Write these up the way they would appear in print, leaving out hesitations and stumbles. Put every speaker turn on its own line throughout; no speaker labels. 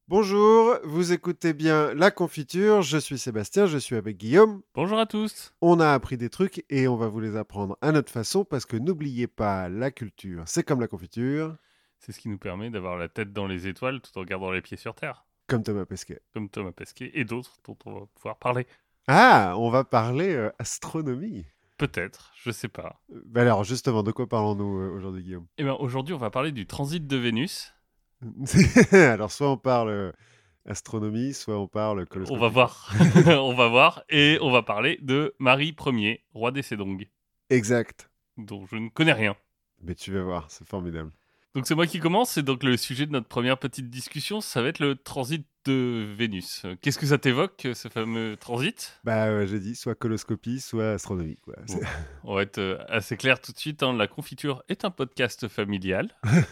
Bonjour, vous écoutez bien La Confiture, je suis Sébastien, je suis avec Guillaume.
Bonjour à tous.
On a appris des trucs et on va vous les apprendre à notre façon parce que n'oubliez pas, la culture, c'est comme la confiture,
C'est ce qui nous permet d'avoir la tête dans les étoiles tout en gardant les pieds sur terre,
comme Thomas Pesquet.
comme Thomas Pesquet et d'autres dont on va pouvoir parler.
Ah, on va parler astronomie.
Peut-être, je sais pas.
Alors justement, de quoi parlons-nous aujourd'hui, Guillaume?
Eh bien, aujourd'hui, on va parler du transit de Vénus.
Alors soit on parle astronomie, soit on parle
On va
coloscopie.
voir. On va voir. Et on va parler de Marie Ier, roi des Sédong,
Exact.
dont je ne connais rien.
Mais tu vas voir, c'est formidable.
Donc c'est moi qui commence, et donc le sujet de notre première petite discussion, ça va être le transit de Vénus. Qu'est-ce que ça t'évoque, ce fameux transit?
J'ai dit soit coloscopie, soit astronomie, quoi.
Bon, on va être assez clair tout de suite, hein. La Confiture est un podcast familial.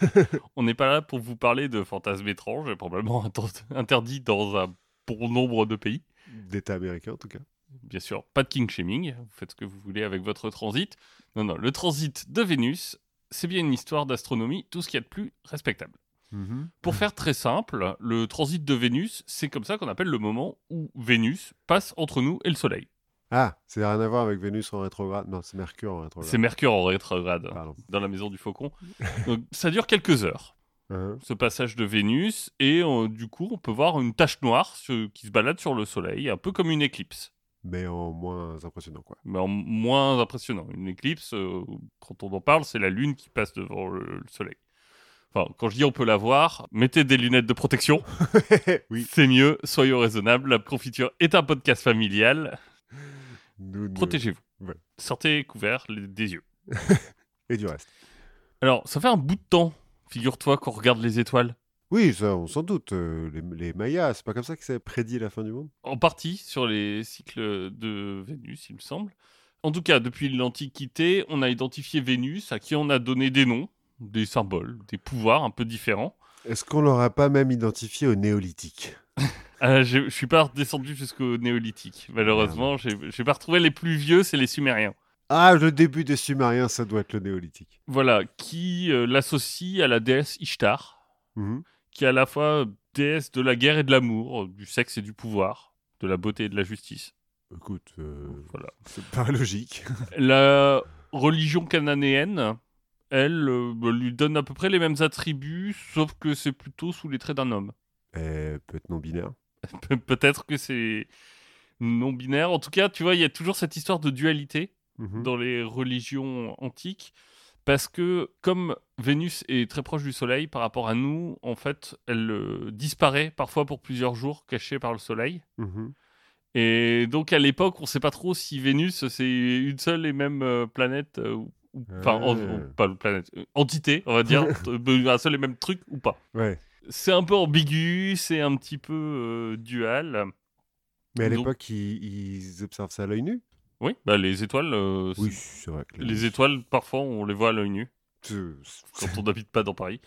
On n'est pas là pour vous parler de fantasmes étranges, et probablement interdits dans un bon nombre de pays.
D'État américain en tout cas.
Bien sûr, pas de king shaming, vous faites ce que vous voulez avec votre transit. Non, non, le transit de Vénus, c'est bien une histoire d'astronomie, tout ce qu'il y a de plus respectable.
Mhm.
Pour faire très simple, le transit de Vénus, c'est comme ça qu'on appelle le moment où Vénus passe entre nous et le Soleil.
Ah, c'est rien à voir avec Vénus en rétrograde. Non, c'est Mercure en
C'est
rétrograde.
Mercure en rétrograde,
Pardon.
dans la maison du Faucon. Donc ça dure quelques heures,
Hein.
ce passage de Vénus, et du coup on peut voir une tache noire qui se balade sur le Soleil, un peu comme une éclipse,
Mais en moins impressionnant, quoi.
mais en moins impressionnant. Une éclipse, quand on en parle, c'est la Lune qui passe devant le Soleil. Enfin, quand je dis on peut la voir, mettez des lunettes de protection,
Oui,
c'est mieux, soyons raisonnables, la confiture est un podcast familial,
nous ne...
protégez-vous,
Ouais.
sortez couverts des yeux.
Et du reste.
Alors, ça fait un bout de temps, figure-toi, qu'on regarde les étoiles.
Oui, ça, on s'en doute. Les Mayas, c'est pas comme ça qu'ils avaient prédit la fin du monde?
En partie sur les cycles de Vénus, il me semble. En tout cas, depuis l'Antiquité, on a identifié Vénus, à qui on a donné des noms, des symboles, des pouvoirs un peu différents.
Est-ce qu'on l'aura pas même identifié au néolithique?
Je suis pas descendu jusqu'au néolithique.
Merde.
Malheureusement, j'ai pas retrouvé les plus vieux, c'est les Sumériens.
Ah, le début des Sumériens, ça doit être le néolithique.
Voilà, qui l'associe à la déesse Ishtar,
Mhm.
qui est à la fois déesse de la guerre et de l'amour, du sexe et du pouvoir, de la beauté et de la justice.
Écoute,
Voilà.
c'est pas logique.
La religion cananéenne, elle, lui donne à peu près les mêmes attributs, sauf que c'est plutôt sous les traits d'un homme.
Peut être non-binaire.
Peut-être que c'est non-binaire. En tout cas, tu vois, il y a toujours cette histoire de dualité
Mhm.
dans les religions antiques, parce que comme Vénus est très proche du Soleil par rapport à nous, en fait, elle disparaît parfois pour plusieurs jours, cachée par le Soleil.
Mhm.
Et donc à l'époque, on ne sait pas trop si Vénus c'est une seule et même planète, enfin
Ah.
pas une planète, entité, on va dire, un seul et même truc ou pas.
Ouais.
C'est un peu ambigu, c'est un petit peu dual.
Mais à
Donc
l'époque, ils observent ça à l'œil nu?
oui, bah les étoiles,
Oui, c'est vrai que la
les
nuit.
étoiles parfois on les voit à l'œil nu
C'est-
quand on n'habite pas dans Paris.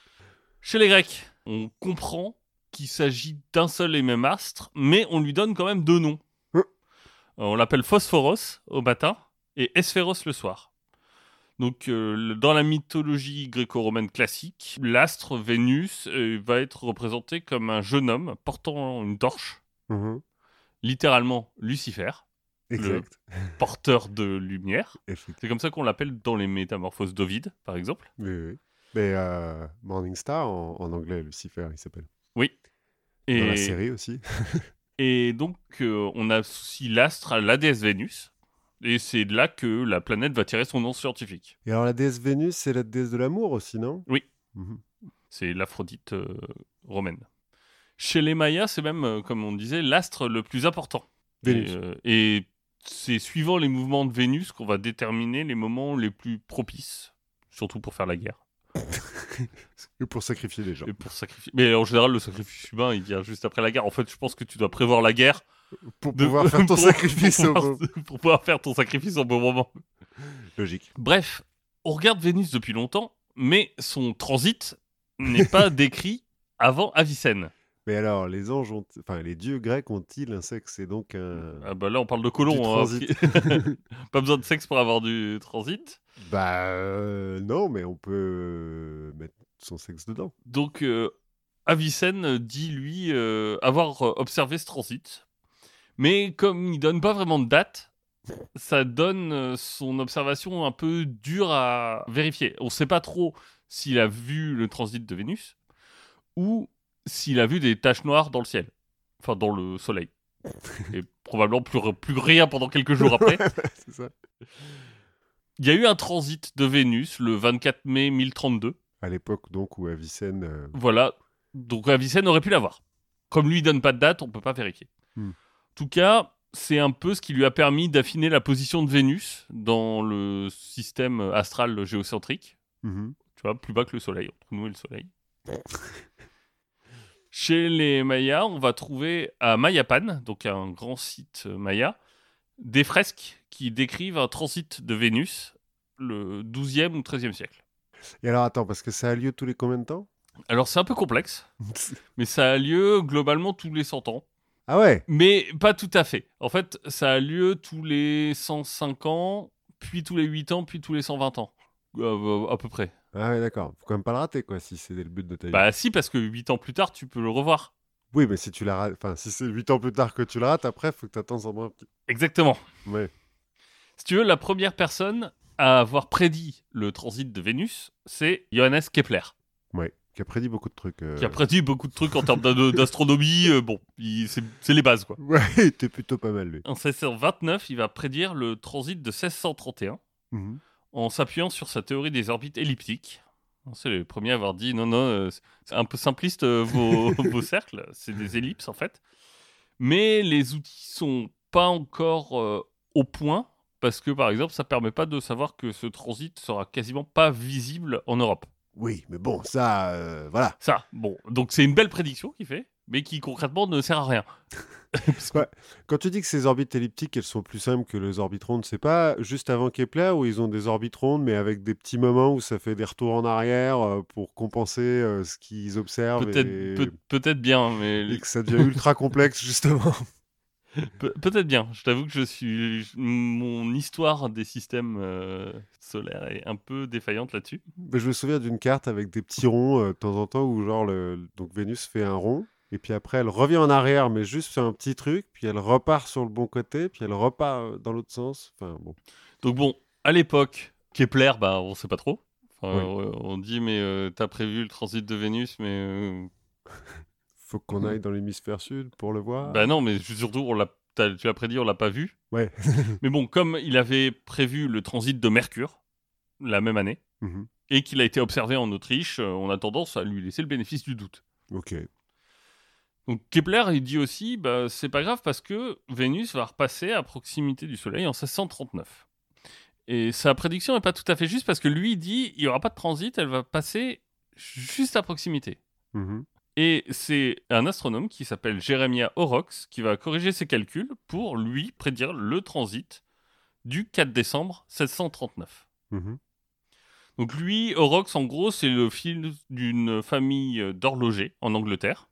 Chez les Grecs, on comprend qu'il s'agit d'un seul et même astre, mais on lui donne quand même deux noms.
Hein.
On l'appelle Phosphoros au matin et Hesphéros le soir. Donc, dans la mythologie gréco-romaine classique, l'astre Vénus va être représenté comme un jeune homme portant une torche,
Mhm.
littéralement Lucifer, le
Exact.
porteur de lumière. C'est
Effectivement.
comme ça qu'on l'appelle dans les Métamorphoses d'Ovide, par exemple.
Oui, oui, oui. Mais Morningstar, en anglais, Lucifer, il s'appelle.
Oui.
Dans la
Et,
série aussi.
et donc, on associe l'astre à la déesse Vénus. Et c'est de là que la planète va tirer son nom scientifique.
Et alors, la déesse Vénus, c'est la déesse de l'amour aussi, non?
Oui,
Mhm.
c'est l'Aphrodite romaine. Chez les Mayas, c'est même, comme on disait, l'astre le plus important.
Vénus.
Et c'est suivant les mouvements de Vénus qu'on va déterminer les moments les plus propices, surtout pour faire la guerre.
Et pour sacrifier les gens.
Et pour sacrifier. Mais en général, le sacrifice humain, il vient juste après la guerre. En fait, je pense que tu dois prévoir la guerre
Pour pouvoir faire ton sacrifice au
pouvoir,
bon.
pour pouvoir faire ton sacrifice au bon moment.
Logique.
Bref, on regarde Vénus depuis longtemps, mais son transit n'est pas décrit avant Avicenne.
Mais alors, les anges ont... Enfin, les dieux grecs ont-ils un sexe? C'est donc
Ah bah là, on parle de
du
colon. Hein,
transit.
pas besoin de sexe pour avoir du transit.
Bah, non, mais on peut mettre son sexe dedans.
Donc, Avicenne dit, lui, avoir observé ce transit. Mais comme il donne pas vraiment de date, ça donne son observation un peu dure à vérifier. On sait pas trop s'il a vu le transit de Vénus ou s'il a vu des taches noires dans le ciel. Enfin, dans le soleil. Et probablement plus rien pendant quelques jours après.
C'est ça.
Il y a eu un transit de Vénus le 24 mai 1032.
À l'époque, donc, où Avicenne...
Voilà. Donc Avicenne aurait pu l'avoir. Comme lui, il donne pas de date, on peut pas vérifier.
Hmm.
En tout cas, c'est un peu ce qui lui a permis d'affiner la position de Vénus dans le système astral géocentrique.
Mhm.
Tu vois, plus bas que le Soleil, entre nous et le Soleil. Chez les Mayas, on va trouver à Mayapan, donc un grand site maya, des fresques qui décrivent un transit de Vénus le 12e ou 13e siècle.
Et alors, attends, parce que ça a lieu tous les combien de temps?
Alors c'est un peu complexe, mais ça a lieu globalement tous les 100 ans.
Ah ouais?
Mais pas tout à fait. En fait, ça a lieu tous les 105 ans, puis tous les 8 ans, puis tous les 120 ans. À peu près.
Ah ouais, d'accord. Faut quand même pas le rater, quoi, si c'est le but de ta vie.
Bah si, parce que 8 ans plus tard, tu peux le revoir.
Oui, mais si tu la rates... Enfin, si c'est 8 ans plus tard que tu le rates, après, faut que t'attendes un petit...
Exactement.
Ouais.
Si tu veux, la première personne à avoir prédit le transit de Vénus, c'est Johannes Kepler,
Ouais. Qui a prédit beaucoup de trucs.
qui a prédit beaucoup de trucs en termes d'astronomie. Bon, c'est les bases, quoi.
Ouais, il était plutôt pas mal, lui.
En 1629, il va prédire le transit de 1631
Mhm.
en s'appuyant sur sa théorie des orbites elliptiques. C'est les premiers à avoir dit non, c'est un peu simpliste vos cercles, c'est des ellipses en fait. Mais les outils sont pas encore au point parce que par exemple, ça permet pas de savoir que ce transit sera quasiment pas visible en Europe.
Oui, mais bon, ça, voilà.
Ça, bon, donc c'est une belle prédiction qu'il fait, mais qui concrètement ne sert à rien.
Ouais. Quand tu dis que ces orbites elliptiques, elles sont plus simples que les orbites rondes, c'est pas juste avant Kepler où ils ont des orbites rondes, mais avec des petits moments où ça fait des retours en arrière pour compenser ce qu'ils observent
Peut-être bien, mais
et que ça devient ultra complexe, justement.
Peut-être bien. Je t'avoue que mon histoire des systèmes solaires est un peu défaillante là-dessus.
Mais je me souviens d'une carte avec des petits ronds de temps en temps où, genre, donc Vénus fait un rond. Et puis après, elle revient en arrière, mais juste sur un petit truc. Puis elle repart sur le bon côté. Puis elle repart dans l'autre sens. Enfin, bon.
Donc bon, à l'époque, Kepler, bah on sait pas trop. Enfin,
Oui.
on dit mais t'as prévu le transit de Vénus, mais
Faut qu'on aille dans l'hémisphère sud pour le voir.
bah non, mais surtout tu l'as prédit, on l'a pas vu.
Ouais.
Mais bon, comme il avait prévu le transit de Mercure la même année
Mhm.
et qu'il a été observé en Autriche, on a tendance à lui laisser le bénéfice du doute.
Ok.
Donc Kepler, il dit aussi, bah, c'est pas grave parce que Vénus va repasser à proximité du Soleil en 1639. Et sa prédiction n'est pas tout à fait juste parce que lui, il dit, il n'y aura pas de transit, elle va passer juste à proximité.
Mhm.
Et c'est un astronome qui s'appelle Jeremiah Horrocks qui va corriger ses calculs pour lui prédire le transit du 4 décembre 1639.
Mhm.
Donc lui, Horrocks, en gros, c'est le fils d'une famille d'horlogers en Angleterre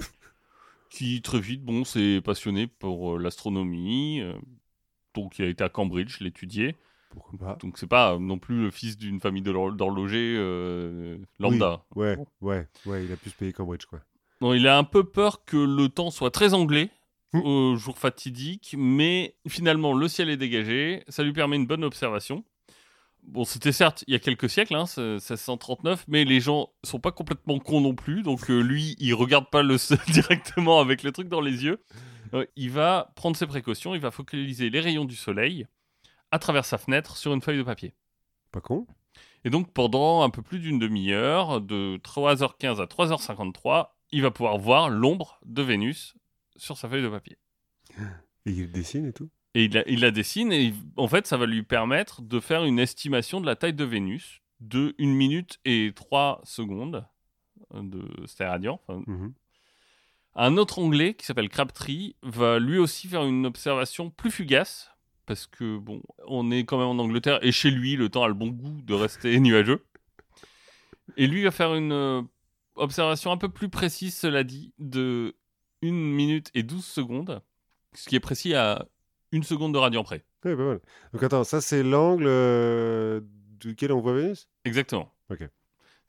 qui très vite, bon, s'est passionné pour l'astronomie. Donc il a été à Cambridge l'étudier.
Pourquoi pas?
Donc c'est pas non plus le fils d'une famille d'horlogers
Oui.
lambda.
Ouais.
Bon.
Ouais. Ouais. Il a pu se payer Cambridge, quoi.
Bon, il a un peu peur que le temps soit très anglais
Hmm.
au jour fatidique, mais finalement le ciel est dégagé, ça lui permet une bonne observation. Bon, c'était certes il y a quelques siècles, 1639, mais les gens sont pas complètement cons non plus, donc lui, il regarde pas le ciel directement avec le truc dans les yeux. Il va prendre ses précautions, il va focaliser les rayons du soleil à travers sa fenêtre sur une feuille de papier.
Pas con.
Et donc pendant un peu plus d'une demi-heure, de 3h15 à 3h53, il va pouvoir voir l'ombre de Vénus sur sa feuille de papier.
Et il dessine et tout.
Et il la dessine et en fait ça va lui permettre de faire une estimation de la taille de Vénus de 1 minute et 3 secondes de stéradian. Enfin,
Mhm.
un autre Anglais qui s'appelle Crabtree va lui aussi faire une observation plus fugace parce que bon, on est quand même en Angleterre et chez lui le temps a le bon goût de rester nuageux. Et lui va faire une observation un peu plus précise, cela dit, de 1 minute et 12 secondes, ce qui est précis à 1 seconde de radian près.
Ouais, pas mal. Donc attends, ça c'est l'angle duquel on voit Vénus?
Exactement.
Ok.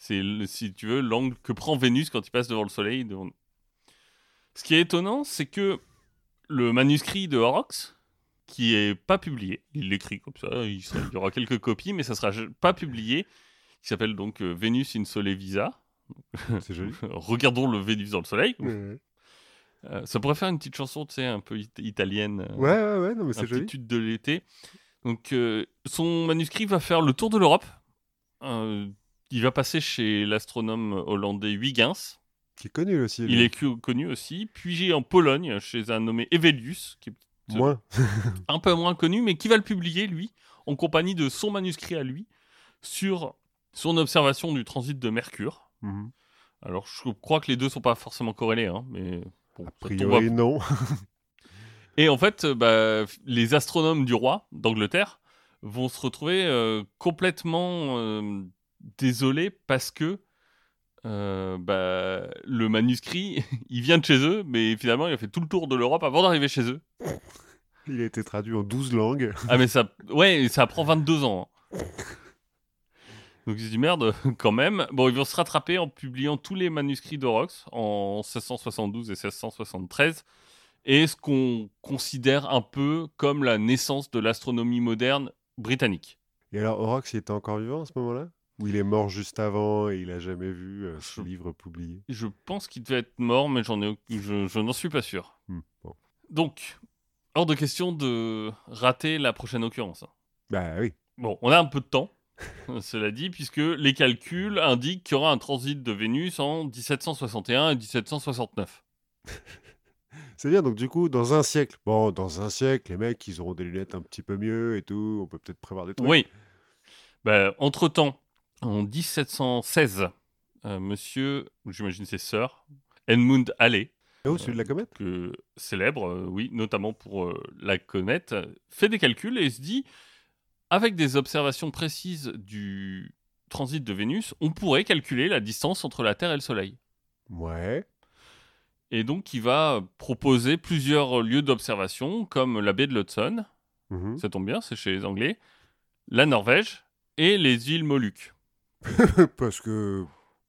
C'est, si tu veux, l'angle que prend Vénus quand il passe devant le Soleil. Ce qui est étonnant, c'est que le manuscrit de Horrocks, qui est pas publié, il l'écrit comme ça, il y aura quelques copies, mais ça sera pas publié, qui s'appelle donc Vénus in Sole Visa.
C'est joli.
Regardons le Vénus dans le Soleil.
Ouais,
Ça pourrait faire une petite chanson, tu sais, un peu italienne.
ouais, non, mais c'est
un
joli.
petit tube de l'été. Donc, son manuscrit va faire le tour de l'Europe. Il va passer chez l'astronome hollandais Huygens.
Qui est connu aussi.
Il est connu aussi. Puis en Pologne, chez un nommé Evelius, qui est
Moins.
un peu moins connu, mais qui va le publier, lui, en compagnie de son manuscrit à lui, sur son observation du transit de Mercure.
Mhm.
Alors, je crois que les deux sont pas forcément corrélés, hein, mais bon,
A
ça
priori, non.
Et en fait, les astronomes du roi d'Angleterre vont se retrouver complètement désolés parce que le manuscrit, il vient de chez eux, mais finalement, il a fait tout le tour de l'Europe avant d'arriver chez eux.
Il a été traduit en 12 langues.
Ah, mais ça prend 22 ans. Hein. Donc ils se disent merde, quand même. Bon, ils vont se rattraper en publiant tous les manuscrits d'Horrocks en 1672 et 1673. Et ce qu'on considère un peu comme la naissance de l'astronomie moderne britannique.
Et alors, Horrocks, il était encore vivant à ce moment-là? Ou il est mort juste avant et il a jamais vu ce livre publié?
Je pense qu'il devait être mort, mais je n'en suis pas sûr.
Bon.
Donc, hors de question de rater la prochaine occurrence.
Bah oui.
Bon, on a un peu de temps, cela dit, puisque les calculs indiquent qu'il y aura un transit de Vénus en 1761 et 1769.
C'est bien, donc du coup, dans un siècle. Bon, dans un siècle, les mecs, ils auront des lunettes un petit peu mieux et tout. On peut peut-être prévoir des trucs.
Oui. Entre-temps, en 1716, monsieur, j'imagine c'est Sir, Edmund Halley,
Oh, celui de la comète?
célèbre, oui, notamment pour la comète, fait des calculs et se dit, avec des observations précises du transit de Vénus, on pourrait calculer la distance entre la Terre et le Soleil.
Ouais.
Et donc, il va proposer plusieurs lieux d'observation, comme la baie de l'Hudson,
Mhm.
ça tombe bien, c'est chez les Anglais, la Norvège et les îles Moluques.
Parce que...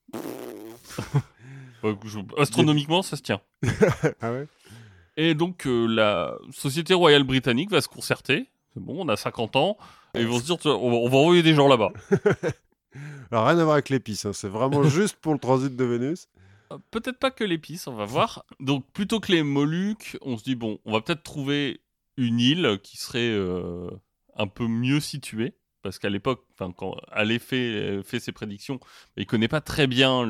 Astronomiquement, ça se tient.
Ah ouais?
Et donc, la Société royale britannique va se concerter. C'est bon, on a 50 ans. Et ils vont se dire, on va envoyer des gens là-bas.
Alors, rien à voir avec l'épice, hein. C'est vraiment juste pour le transit de Vénus.
Peut-être pas que l'épice, on va voir. Donc, plutôt que les Moluques, on se dit, bon, on va peut-être trouver une île qui serait un peu mieux située. Parce qu'à l'époque, quand Halley fait ses prédictions, il connaît pas très bien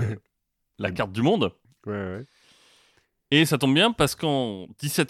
la carte du monde.
Ouais.
Et ça tombe bien parce qu'en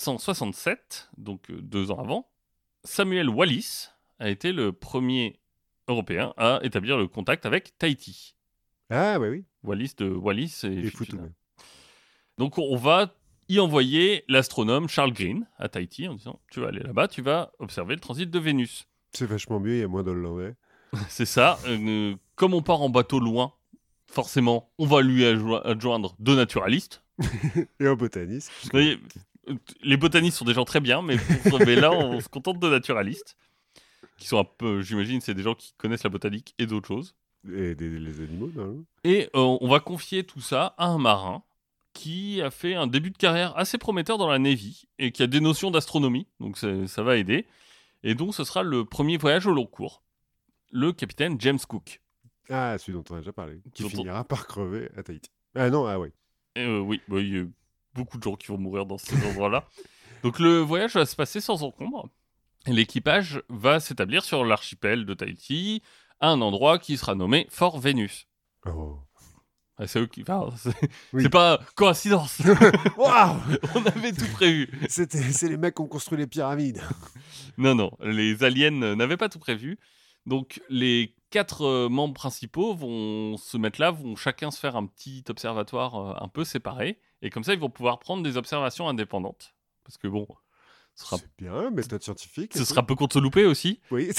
1767, donc 2 ans avant, Samuel Wallis a été le premier Européen à établir le contact avec Tahiti.
Ah, bah oui.
Wallis de Wallis et
Futuna.
Futuna. Donc on va y envoyer l'astronome Charles Green à Tahiti en disant tu vas aller là-bas, tu vas observer le transit de Vénus.
C'est vachement mieux, il y a moins d'Hollandais.
C'est ça. Comme on part en bateau loin, forcément, on va lui adjoindre deux naturalistes.
Et un botaniste.
Mais, les botanistes sont des gens très bien, mais là, on se contente de naturalistes. Qui sont un peu, j'imagine, c'est des gens qui connaissent la botanique et d'autres choses.
Et les animaux, non?
Et on va confier tout ça à un marin qui a fait un début de carrière assez prometteur dans la Navy et qui a des notions d'astronomie, donc ça va aider. Et donc, ce sera le premier voyage au long cours. Le capitaine James Cook.
Ah, celui dont on a déjà parlé. Qui finira par crever à Tahiti. Ah non, ah oui.
Oui, il y a beaucoup de gens qui vont mourir dans ces endroits-là. Donc, le voyage va se passer sans encombre. Et l'équipage va s'établir sur l'archipel de Tahiti, à un endroit qui sera nommé Fort Vénus.
Oh.
Ah, c'est eux qui...
Oui.
C'est pas coïncidence.
Waouh.
On avait tout prévu.
C'est les mecs qui ont construit les pyramides.
Non, les aliens n'avaient pas tout prévu. Donc les 4 membres principaux vont se mettre là, vont chacun se faire un petit observatoire un peu séparé. Et comme ça, ils vont pouvoir prendre des observations indépendantes. Parce que bon...
C'est bien, méthode scientifique.
Ce sera peu con de se louper aussi.
Oui.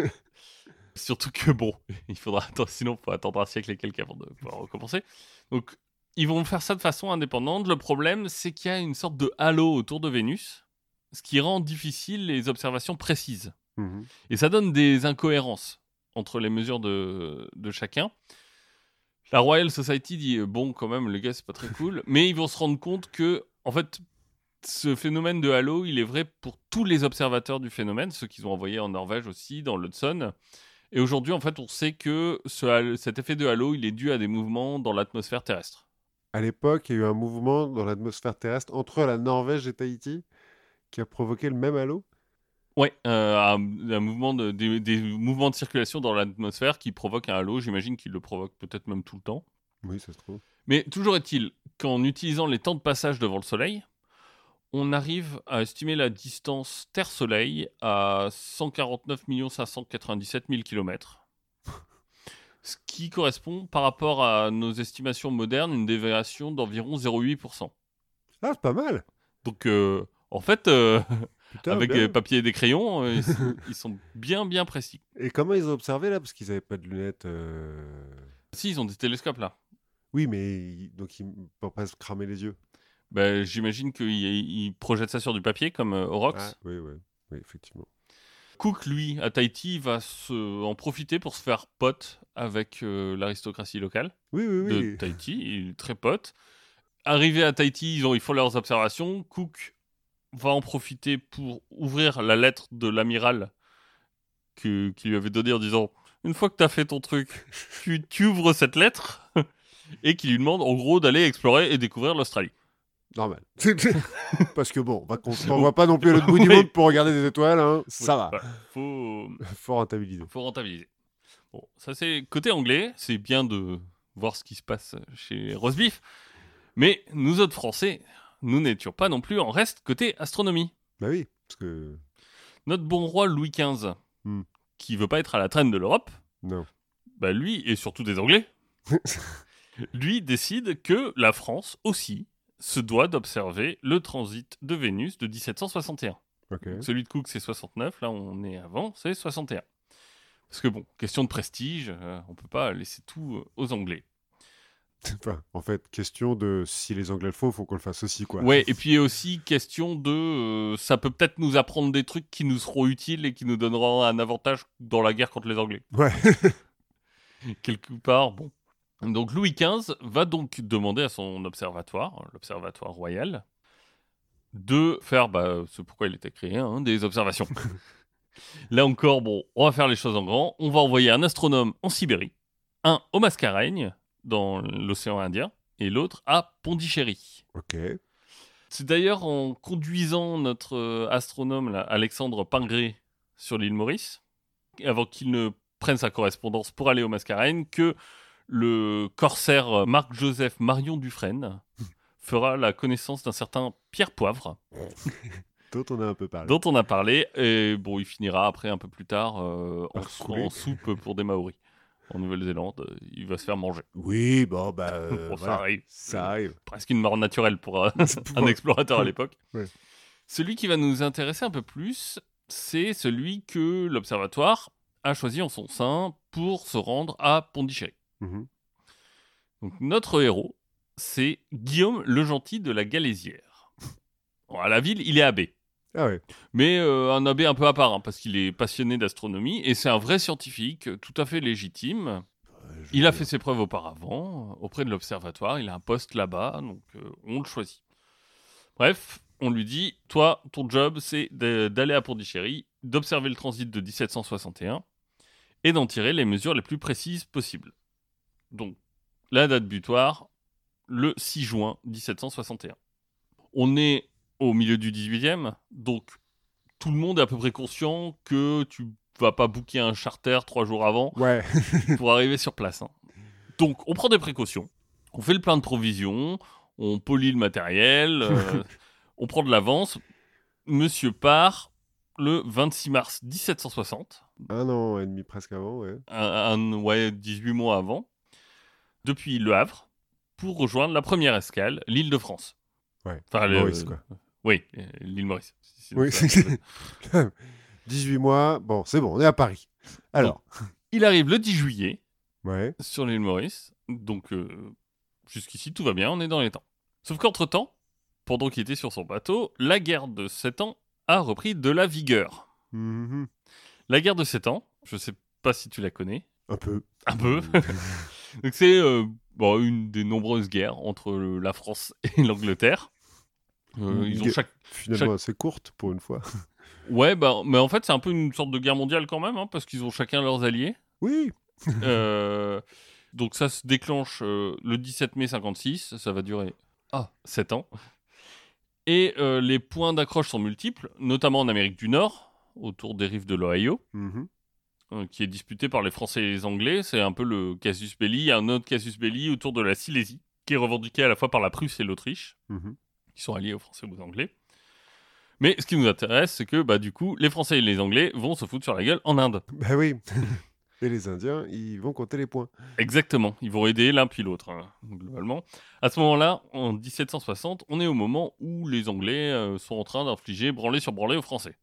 Surtout que bon, il faudra attendre, sinon il faut attendre un siècle et quelques avant de pouvoir recommencer. Donc, ils vont faire ça de façon indépendante. Le problème, c'est qu'il y a une sorte de halo autour de Vénus, ce qui rend difficile les observations précises.
Mhm.
Et ça donne des incohérences entre les mesures de chacun. La Royal Society dit bon, quand même, les gars, c'est pas très cool. Mais ils vont se rendre compte que, en fait, ce phénomène de halo, il est vrai pour tous les observateurs du phénomène, ceux qu'ils ont envoyés en Norvège aussi, dans l'Hudson. Et aujourd'hui, en fait, on sait que cet effet de halo, il est dû à des mouvements dans l'atmosphère terrestre.
À l'époque, il y a eu un mouvement dans l'atmosphère terrestre entre la Norvège et Tahiti qui a provoqué le même halo.
Ouais, un mouvement des mouvements de circulation dans l'atmosphère qui provoquent un halo. J'imagine qu'ils le provoquent peut-être même tout le temps.
Oui, ça se trouve.
Mais toujours est-il qu'en utilisant les temps de passage devant le Soleil, on arrive à estimer la distance Terre-Soleil à 149 597 000 km. Ce qui correspond, par rapport à nos estimations modernes, une déviation d'environ 0,8%.
Ah, c'est pas mal.
Donc, en fait,
Putain,
avec
bien.
des papiers et des crayons, ils sont bien, bien précis.
Et comment ils ont observé là? Parce qu'ils n'avaient pas de lunettes.
Si, ils ont des télescopes là.
Oui, mais donc ils ne peuvent pas se cramer les yeux.
Ben, j'imagine qu'ils projettent ça sur du papier, comme Orox.
Ah, oui, effectivement.
Cook, lui, à Tahiti, va en profiter pour se faire pote avec l'aristocratie locale
Oui.
de Tahiti. Il est très pote. Arrivé à Tahiti, ils font leurs observations. Cook va en profiter pour ouvrir la lettre de l'amiral qui lui avait donnée en disant « Une fois que tu as fait ton truc, tu ouvres cette lettre » et qui lui demande en gros d'aller explorer et découvrir l'Australie.
Normal. Parce que bon, on voit pas non plus à l'autre bout du monde pour regarder des étoiles, hein. Ça va.
Bah, faut
rentabiliser.
Faut rentabiliser. Bon, ça c'est côté anglais, c'est bien de voir ce qui se passe chez Roastbeef, mais nous autres Français, nous n'étions pas non plus en reste côté astronomie.
Bah oui, parce que...
Notre bon roi Louis XV,
Hmm.
qui veut pas être à la traîne de l'Europe,
Non.
bah lui, et surtout des Anglais, lui décide que la France aussi se doit d'observer le transit de Vénus de 1761.
Ok.
Donc, celui de Cook c'est 69, là on est avant, c'est 61. Parce que bon, question de prestige, on peut pas laisser tout aux Anglais.
Enfin, en fait, question de si les Anglais le font, faut qu'on le fasse aussi, quoi.
Ouais, et puis aussi question de... ça peut peut-être nous apprendre des trucs qui nous seront utiles et qui nous donneront un avantage dans la guerre contre les Anglais.
Ouais.
Quelque part, bon. Donc Louis XV va donc demander à son observatoire, l'observatoire royal, de faire, ce pourquoi il était créé, hein, des observations. Là encore, bon, on va faire les choses en grand. On va envoyer un astronome en Sibérie, un au Mascareigne, dans l'océan Indien, et l'autre à Pondichéry.
Ok.
C'est d'ailleurs en conduisant notre astronome, là, Alexandre Pingré, sur l'île Maurice, avant qu'il ne prenne sa correspondance pour aller au Mascareigne, que le corsaire Marc-Joseph Marion Dufresne fera la connaissance d'un certain Pierre Poivre,
Dont on a un peu parlé.
dont on a parlé, et bon, il finira après, un peu plus tard,
Refoulé.
en soupe pour des Maoris. En Nouvelle-Zélande, il va se faire manger.
Oui, bon, bah...
Bon, ça
voilà.
arrive.
Ça arrive.
Presque une mort naturelle pour
Pour-
un explorateur à l'époque.
Ouais.
Celui qui va nous intéresser un peu plus, c'est celui que l'observatoire a choisi en son sein pour se rendre à Pondichéry.
Mhm.
Donc notre héros, c'est Guillaume le Gentil de la Galésière. Bon, à la ville, il est abbé.
Ah ouais.
Mais un abbé un peu à part, hein, parce qu'il est passionné d'astronomie, et c'est un vrai scientifique, tout à fait légitime. Il a fait ses preuves auparavant, auprès de l'observatoire, il a un poste là-bas, donc on le choisit. Bref, on lui dit, toi, ton job, c'est d'aller à Pondichéry, d'observer le transit de 1761, et d'en tirer les mesures les plus précises possibles. Donc, la date butoir, le 6 juin 1761. On est au milieu du 18e, donc tout le monde est à peu près conscient que tu vas pas booker un charter 3 jours avant
Ouais.
pour arriver sur place. Hein. Donc on prend des précautions, on fait le plein de provisions, on polie le matériel, on prend de l'avance. Monsieur part le 26 mars 1760.
Un an et demi presque avant, ouais.
18 mois avant, depuis Le Havre, pour rejoindre la première escale, l'île de France.
Ouais.
Enfin,
Maurice, quoi.
Oui, l'île Maurice.
Oui. 18 mois, bon, c'est bon, on est à Paris. Alors.
Donc, il arrive le 10 juillet
Ouais.
sur l'île Maurice. Donc, jusqu'ici, tout va bien, on est dans les temps. Sauf qu'entre-temps, pendant qu'il était sur son bateau, la guerre de 7 ans a repris de la vigueur.
Mhm.
La guerre de 7 ans, je sais pas si tu la connais.
Un peu.
Un peu. Donc c'est Bon, une des nombreuses guerres entre la France et l'Angleterre. Ils ont
Finalement assez courte pour une fois.
Ouais, bah, mais en fait, c'est un peu une sorte de guerre mondiale quand même, hein, parce qu'ils ont chacun leurs alliés.
Oui.
Donc ça se déclenche le 17 mai 56, ça va durer 7 ans. Et les points d'accroche sont multiples, notamment en Amérique du Nord, autour des rives de l'Ohio, qui est disputé par les Français et les Anglais. C'est un peu le casus belli. Il y a un autre casus belli autour de la Silésie, qui est revendiqué à la fois par la Prusse et l'Autriche, qui sont alliés aux Français et aux Anglais. Mais ce qui nous intéresse, c'est que du coup, les Français et les Anglais vont se foutre sur la gueule en Inde.
Bah oui. Et les Indiens, ils vont compter les points.
Exactement, ils vont aider l'un puis l'autre, hein, globalement. À ce moment-là, en 1760, on est au moment où les Anglais sont en train d'infliger branlée sur branlée aux Français.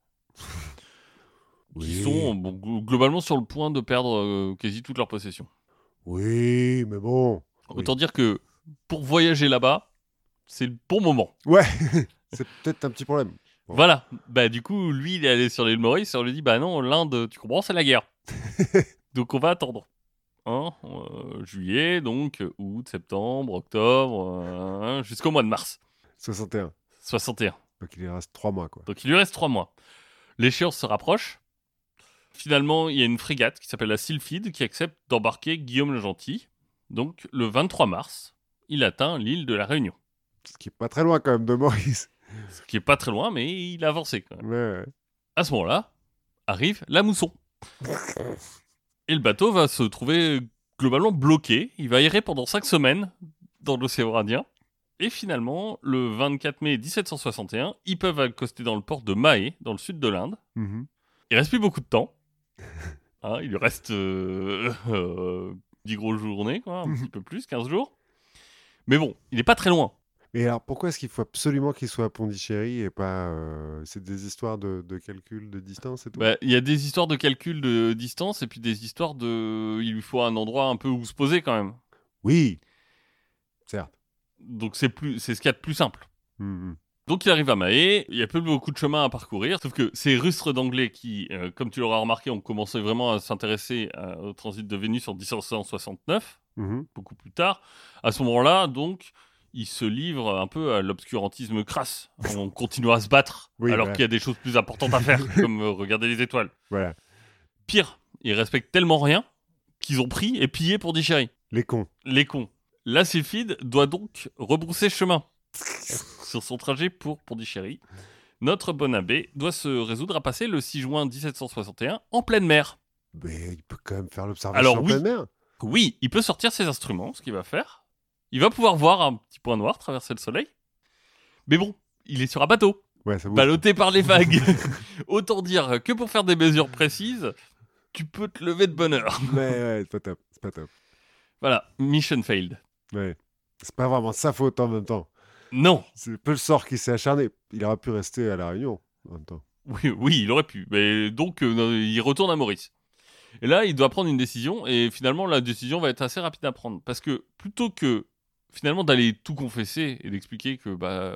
Qui sont globalement sur le point de perdre quasi toute leur possession.
Oui, mais bon.
Autant dire que pour voyager là-bas, c'est le bon moment.
Ouais, c'est peut-être un petit problème.
Bon. Voilà, du coup, lui, il est allé sur l'île Maurice et on lui dit, non, l'Inde, tu comprends, c'est la guerre. Donc on va attendre. Juillet, donc août, septembre, octobre, jusqu'au mois de mars.
61. Donc il lui reste 3 mois, quoi.
Donc il lui reste 3 mois. L'échéance se rapproche. Finalement, il y a une frégate qui s'appelle la Sylphide qui accepte d'embarquer Guillaume le Gentil. Donc le 23 mars, il atteint l'île de la Réunion.
Ce qui est pas très loin quand même de Maurice.
Ce qui est pas très loin, mais il a avancé quand même.
Ouais.
À ce moment-là, arrive la mousson. Et le bateau va se trouver globalement bloqué. Il va errer pendant 5 semaines dans l'océan Indien. Et finalement, le 24 mai 1761, ils peuvent accoster dans le port de Mahé, dans le sud de l'Inde. Il reste plus beaucoup de temps. Il lui reste 10 grosses journées, quoi, un petit peu plus, 15 jours. Mais bon, il n'est pas très loin.
Et alors, pourquoi est-ce qu'il faut absolument qu'il soit à Pondichéry et pas... c'est des histoires de calcul de distance et tout?
Il y a des histoires de calcul de distance et puis des histoires de... Il lui faut un endroit un peu où se poser quand même.
Oui, certes.
Donc c'est ce qu'il y a de plus simple. Donc il arrive à Mahé, il y a plus beaucoup de chemin à parcourir, sauf que ces rustres d'anglais qui, comme tu l'auras remarqué, ont commencé vraiment à s'intéresser au transit de Vénus en 1769, beaucoup plus tard. À ce moment-là, donc, ils se livrent un peu à l'obscurantisme crasse. On continue à se battre, alors qu'il y a des choses plus importantes à faire, comme regarder les étoiles.
Voilà.
Pire, ils respectent tellement rien qu'ils ont pris et pillé Pondichéry.
Les cons.
La Sylphide doit donc rebrousser chemin sur son trajet pour Pondichéry. Notre bon abbé doit se résoudre à passer le 6 juin 1761 en pleine mer.
Mais il peut quand même faire l'observation en pleine mer.
Oui, il peut sortir ses instruments, ce qu'il va faire. Il va pouvoir voir un petit point noir traverser le soleil. Mais bon, il est sur un bateau, ballotté par les vagues. Autant dire que pour faire des mesures précises, tu peux te lever de bonne heure.
Ouais, c'est pas top.
Voilà, mission failed.
Ouais, c'est pas vraiment sa faute en même temps.
Non.
C'est un peu le sort qui s'est acharné. Il aurait pu rester à La Réunion en même temps.
Oui, il aurait pu. Mais donc, il retourne à Maurice. Et là, il doit prendre une décision. Et finalement, la décision va être assez rapide à prendre. Parce que plutôt que, finalement, d'aller tout confesser et d'expliquer que,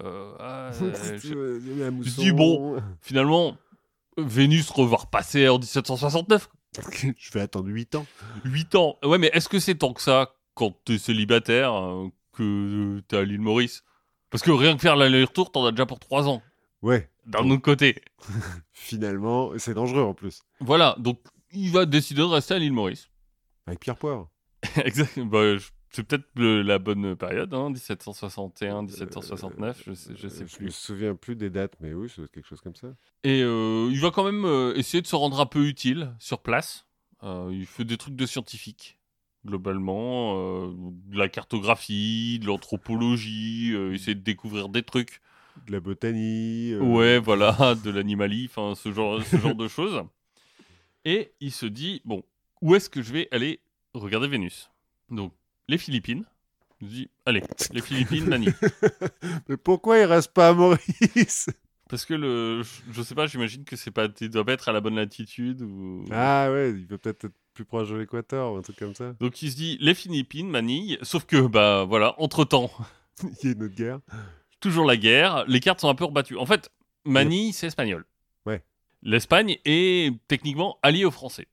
je dis, bon, finalement, Vénus va repasser en 1769.
Je vais attendre 8 ans.
8 ans. Ouais, mais est-ce que c'est tant que ça, quand t'es célibataire, que t'es à l'île Maurice? Parce que rien que faire l'aller-retour, t'en as déjà pour 3 ans.
Ouais.
D'un autre côté.
Finalement, c'est dangereux en plus.
Voilà, donc il va décider de rester à l'île Maurice.
Avec Pierre Poivre.
Exactement. C'est peut-être la bonne période, 1761, 1769, je sais plus.
Je me souviens plus des dates, mais oui, ça doit être quelque chose comme ça.
Et il va quand même essayer de se rendre un peu utile sur place. Il fait des trucs de scientifique, globalement. De la cartographie, de l'anthropologie, essayer de découvrir des trucs.
De la botanie.
Ouais, voilà, de l'animalie, enfin ce genre de choses. Et il se dit, bon, où est-ce que je vais aller regarder Vénus? Donc, les Philippines. Il se dit, allez, les Philippines, Manille.
Mais pourquoi il reste pas à Maurice?
Parce que je sais pas, j'imagine que il doit pas être à la bonne latitude ou...
Ah ouais, il peut peut-être être plus proche de l'équateur ou un truc comme ça.
Donc il se dit, les Philippines, Manille, sauf que, voilà, entre-temps...
Il y a une autre guerre.
Toujours la guerre, les cartes sont un peu rebattues. En fait, Manille, c'est espagnol.
Ouais.
L'Espagne est techniquement alliée aux Français.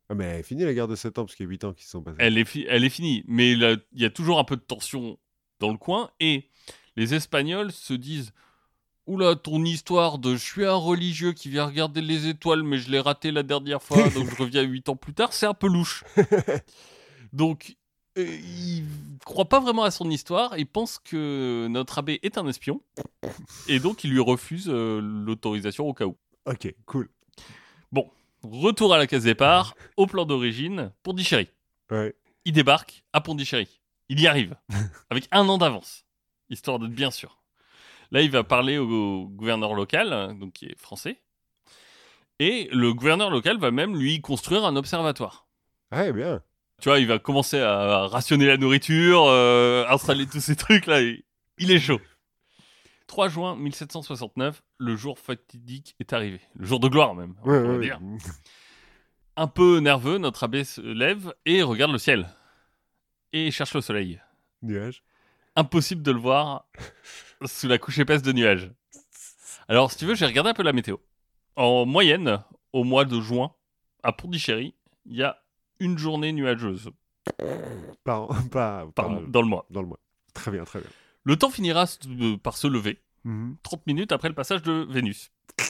Ah, mais elle est finie la guerre de 7 ans, parce qu'il y a 8 ans qui se sont passés.
Elle est finie, mais il y a toujours un peu de tension dans le coin, et les Espagnols se disent « Oula, ton histoire de « je suis un religieux qui vient regarder les étoiles, mais je l'ai raté la dernière fois, donc je reviens 8 ans plus tard », c'est un peu louche. Donc, il croit pas vraiment à son histoire, il pense que notre abbé est un espion, et donc il lui refuse l'autorisation au cas où.
Ok, cool.
Bon, retour à la case départ, au plan d'origine, Pondichéry.
Ouais.
Il débarque à Pondichéry. Il y arrive, avec 1 an d'avance, histoire d'être bien sûr. Là, il va parler au gouverneur local, donc qui est français, et le gouverneur local va même lui construire un observatoire.
Ouais, bien.
Tu vois, il va commencer à rationner la nourriture, installer tous ces trucs-là, et il est chaud. 3 juin 1769, le jour fatidique est arrivé. Le jour de gloire même, on pourrait dire. Un peu nerveux, notre abbé se lève et regarde le ciel. Et cherche le soleil.
Nuage.
Impossible de le voir sous la couche épaisse de nuages. Alors, si tu veux, j'ai regardé un peu la météo. En moyenne, au mois de juin, à Pondichéry, il y a une journée nuageuse
Dans
dans le mois.
le mois. Très bien, très bien.
Le temps finira par se lever, 30 minutes après le passage de Vénus.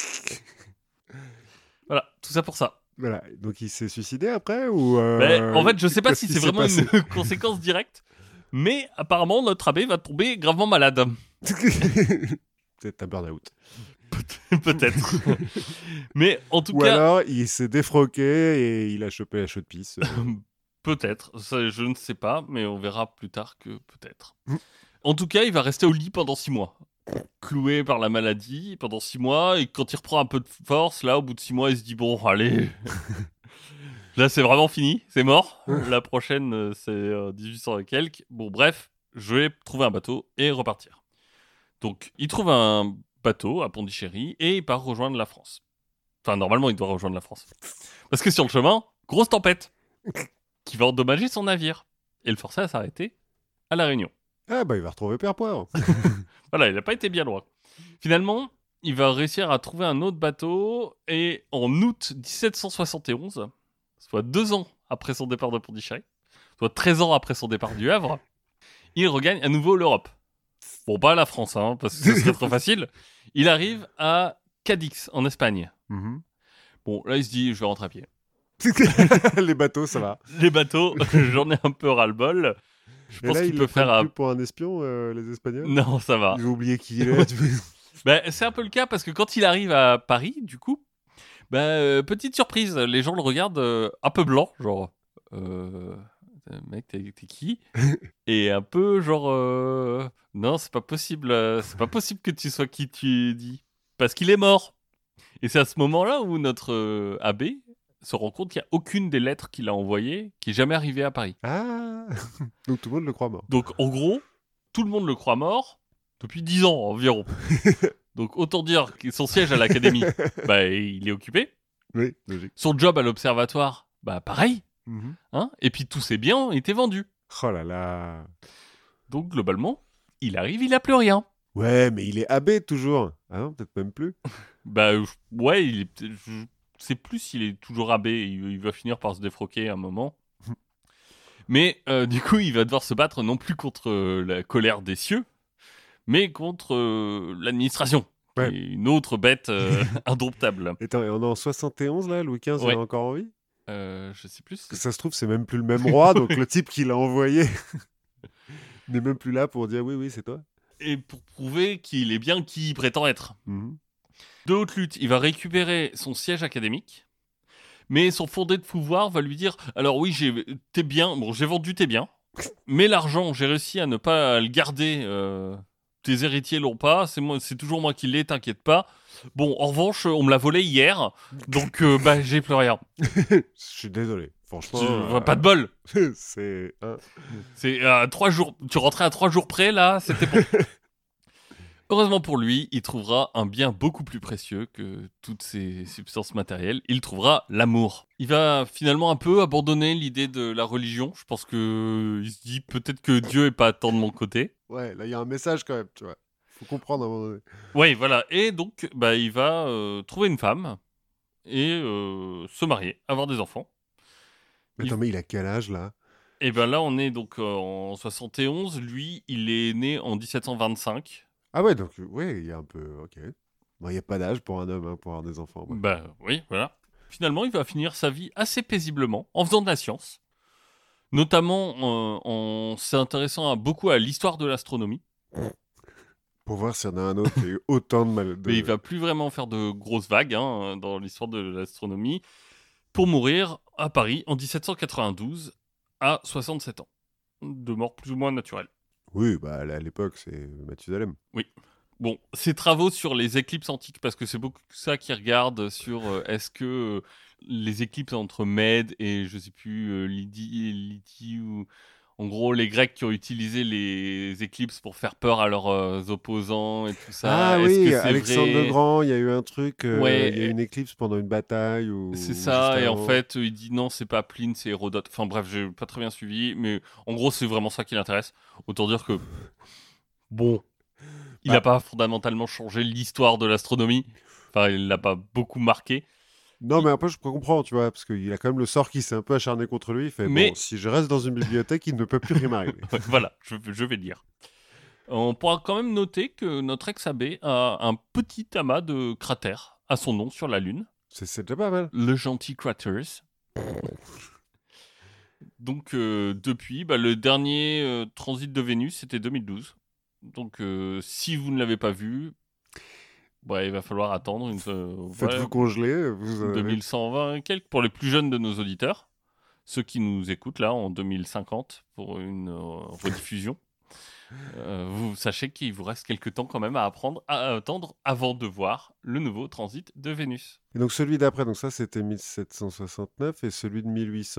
Voilà, tout ça pour ça.
Voilà. Donc il s'est suicidé après ou
En fait, je sais pas si
qu'est-ce
c'est
qui
vraiment
s'est
une conséquence directe, mais apparemment, notre abbé va tomber gravement malade.
C'est un burn-out.
Peut-être. Mais en tout
Ou
cas,
alors il s'est défroqué et il a chopé la chaude pisse.
peut-être. Ça, je ne sais pas, mais on verra plus tard que peut-être. En tout cas, il va rester au lit pendant 6 mois. Cloué par la maladie pendant 6 mois, et quand il reprend un peu de force, là, au bout de 6 mois, il se dit bon, allez, là, c'est vraiment fini, c'est mort. La prochaine, c'est 1800 et quelques. Bon, bref, je vais trouver un bateau et repartir. Donc, il trouve un bateau à Pondichéry et il part rejoindre la France. Enfin, normalement, il doit rejoindre la France. Parce que sur le chemin, grosse tempête qui va endommager son navire et le forcer à s'arrêter à La Réunion.
Ah bah il va retrouver Père Poivre.
Voilà, il n'a pas été bien loin. Finalement, il va réussir à trouver un autre bateau et en août 1771, soit 2 ans après son départ de Pondichéry, soit 13 ans après son départ du Havre, il regagne à nouveau l'Europe. Bon, pas la France, hein, parce que ce serait trop facile. Il arrive à Cadix, en Espagne. Bon, là, il se dit, je vais rentrer à pied.
Les bateaux, ça va.
Les bateaux, j'en ai un peu ras-le-bol. Je
Et
pense
là,
qu'il
ils
peut
le
faire
prennent plus pour un espion, les Espagnols.
Non, ça va.
Ils ont oublié qui il est.
C'est un peu le cas parce que quand il arrive à Paris, du coup, petite surprise, les gens le regardent un peu blanc, genre, mec, t'es qui? Et un peu genre, non, c'est pas possible que tu sois qui tu dis, parce qu'il est mort. Et c'est à ce moment-là où notre abbé se rend compte qu'il n'y a aucune des lettres qu'il a envoyées qui est jamais arrivée à Paris.
Ah. Donc tout le monde le croit mort.
Donc en gros, tout le monde le croit mort depuis 10 ans environ. Donc autant dire que son siège à l'académie, il est occupé.
Oui, logique.
Son job à l'observatoire, pareil. Hein, et puis tous ses biens étaient vendus.
Oh là là.
Donc globalement, il arrive, il a plus rien.
Ouais, mais il est abbé toujours. Ah non, peut-être même plus.
Ouais, je sais plus s'il est toujours abbé. Il va finir par se défroquer à un moment. Mais du coup, il va devoir se battre non plus contre la colère des cieux, mais contre l'administration, qui est une autre bête indomptable.
Attends, et on est en 71 là, Louis XV, il est encore en vie?
Je sais plus.
Que ça se trouve, c'est même plus le même roi, donc le type qui l'a envoyé n'est même plus là pour dire oui, c'est toi.
Et pour prouver qu'il est bien qui il prétend être. De haute lutte, il va récupérer son siège académique, mais son fondé de pouvoir va lui dire « Alors oui, j'ai vendu tes biens, mais l'argent, j'ai réussi à ne pas le garder, tes héritiers l'ont pas, c'est toujours moi qui l'ai, t'inquiète pas. Bon, en revanche, on me l'a volé hier, donc j'ai plus rien. »
Je suis désolé, franchement.
Pas de bol.
C'est
3 jours, tu rentrais à 3 jours près, là, c'était bon. Heureusement pour lui, il trouvera un bien beaucoup plus précieux que toutes ces substances matérielles. Il trouvera l'amour. Il va finalement un peu abandonner l'idée de la religion. Je pense que il se dit peut-être que Dieu est pas tant de mon côté.
Ouais, là il y a un message quand même, tu vois. Faut comprendre à un moment donné.
Oui, voilà. Et donc, il va trouver une femme et se marier, avoir des enfants.
Attends, mais il a quel âge, là?
Et ben là, on est donc en 71. Lui, il est né en 1725.
Ah ouais, donc, ouais, il y a un peu... Ok. Bon, il n'y a pas d'âge pour un homme, hein, pour avoir des enfants, bref.
Bah oui, voilà. Finalement, il va finir sa vie assez paisiblement en faisant de la science, notamment en s'intéressant beaucoup à l'histoire de l'astronomie.
Pour voir s'il y en a un autre qui a eu autant de mal...
Mais il
De...
va plus vraiment faire de grosses vagues dans l'histoire de l'astronomie, pour mourir à Paris en 1792 à 67 ans, de mort plus ou moins naturelle.
Oui, bah, à l'époque, c'est Mathusalem.
Oui. Bon, ses travaux sur les éclipses antiques, parce que c'est beaucoup ça qu'il regarde sur est-ce que les éclipses entre Mède et je sais plus Lydie ou en gros les Grecs qui ont utilisé les éclipses pour faire peur à leurs opposants et tout ça,
Ah
est-ce que
oui,
c'est
Alexandre le
vrai?
Grand, il y a eu un truc, il y a eu
Ouais,
une éclipse pendant une bataille
c'est
ou juste
ça, et en
avant.
fait il dit non, c'est pas Pline, c'est Hérodote. Enfin bref, j'ai pas très bien suivi, mais en gros c'est vraiment ça qui l'intéresse. Autant dire que bon, il n'a
Bah,
pas fondamentalement changé l'histoire de l'astronomie. Enfin, il l'a pas beaucoup marqué.
non,
Il-
mais un peu, je comprends, tu vois, parce qu'il a quand même le sort qui s'est un peu acharné contre lui. Il fait, bon,
Mais
si je reste dans une bibliothèque, il ne peut plus rien m'arriver.
ouais, voilà, je vais dire. On pourra quand même noter que notre ex-abbé a un petit amas de cratères à son nom sur la Lune,
C'est déjà pas mal.
le gentil Craters. Donc depuis, bah, le dernier transit de Vénus, c'était 2012. Donc si vous ne l'avez pas vu, bah, il va falloir attendre
Faites-vous congeler, vous en avez...
2120 et quelques pour les plus jeunes de nos auditeurs. Ceux qui nous écoutent là en 2050 pour une rediffusion, vous sachez qu'il vous reste quelques temps quand même à attendre avant de voir le nouveau transit de Vénus.
Et donc celui d'après, donc ça c'était 1769, et celui de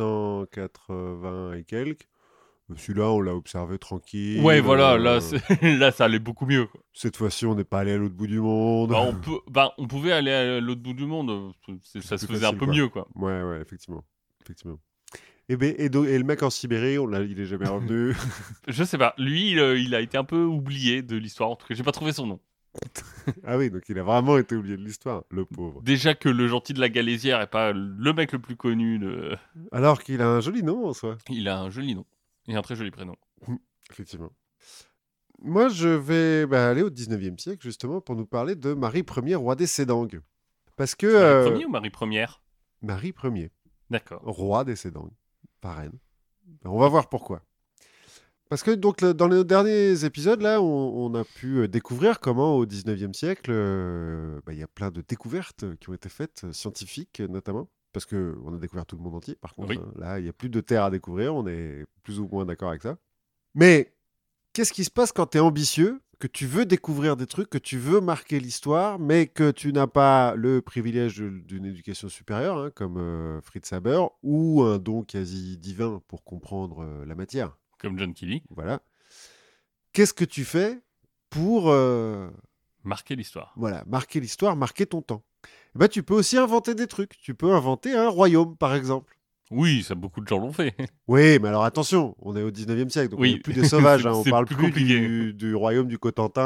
1880 et quelques, celui-là on l'a observé
Ouais,
tranquille.
voilà, là, là, ça allait beaucoup mieux, quoi.
Cette fois-ci on n'est pas allé à l'autre bout du monde.
On pouvait aller à l'autre bout du monde,
C'était
ça se
plus
faisait un
facile
peu
quoi.
mieux, quoi.
Ouais, ouais, effectivement. Effectivement. Et le mec en Sibérie, il est jamais revenu.
Je sais pas, lui, il a été un peu oublié de l'histoire, en tout cas, j'ai pas trouvé son nom.
Ah oui, donc il a vraiment été oublié de l'histoire, le pauvre.
Déjà que le gentil de la Galésière est pas le mec le plus connu,
Alors qu'il a un joli nom en soi.
il a un joli nom et un très joli prénom.
Effectivement. Moi, je vais aller au 19e siècle, justement, pour nous parler de Marie Ier, roi des Sédangs. Parce que
Marie Ier ou Marie Première?
Marie Ier,
D'accord.
roi des Sédangs, pas reine. On va voir pourquoi. Parce que donc dans les derniers épisodes, là, on a pu découvrir comment au 19e siècle, il y a plein de découvertes qui ont été faites, scientifiques notamment. Parce qu'on a découvert tout le monde entier, par contre.
Oui.
Hein. Là, il n'y a plus de terre à découvrir, on est plus ou moins d'accord avec ça. Mais qu'est-ce qui se passe quand tu es ambitieux, que tu veux découvrir des trucs, que tu veux marquer l'histoire, mais que tu n'as pas le privilège d'une éducation supérieure, hein, comme Fritz Haber, ou un don quasi divin pour comprendre la matière.
Comme John Kelly.
Voilà. Qu'est-ce que tu fais pour
Marquer l'histoire.
marquer l'histoire, marquer ton temps? Tu peux aussi inventer des trucs. Tu peux inventer un royaume, par exemple.
Oui, ça beaucoup de gens l'ont fait.
Oui, mais alors attention, on est au 19e siècle, donc on n'est
Oui,
plus des sauvages. Hein, on
c'est
parle
plus
plus
compliqué.
du royaume du Cotentin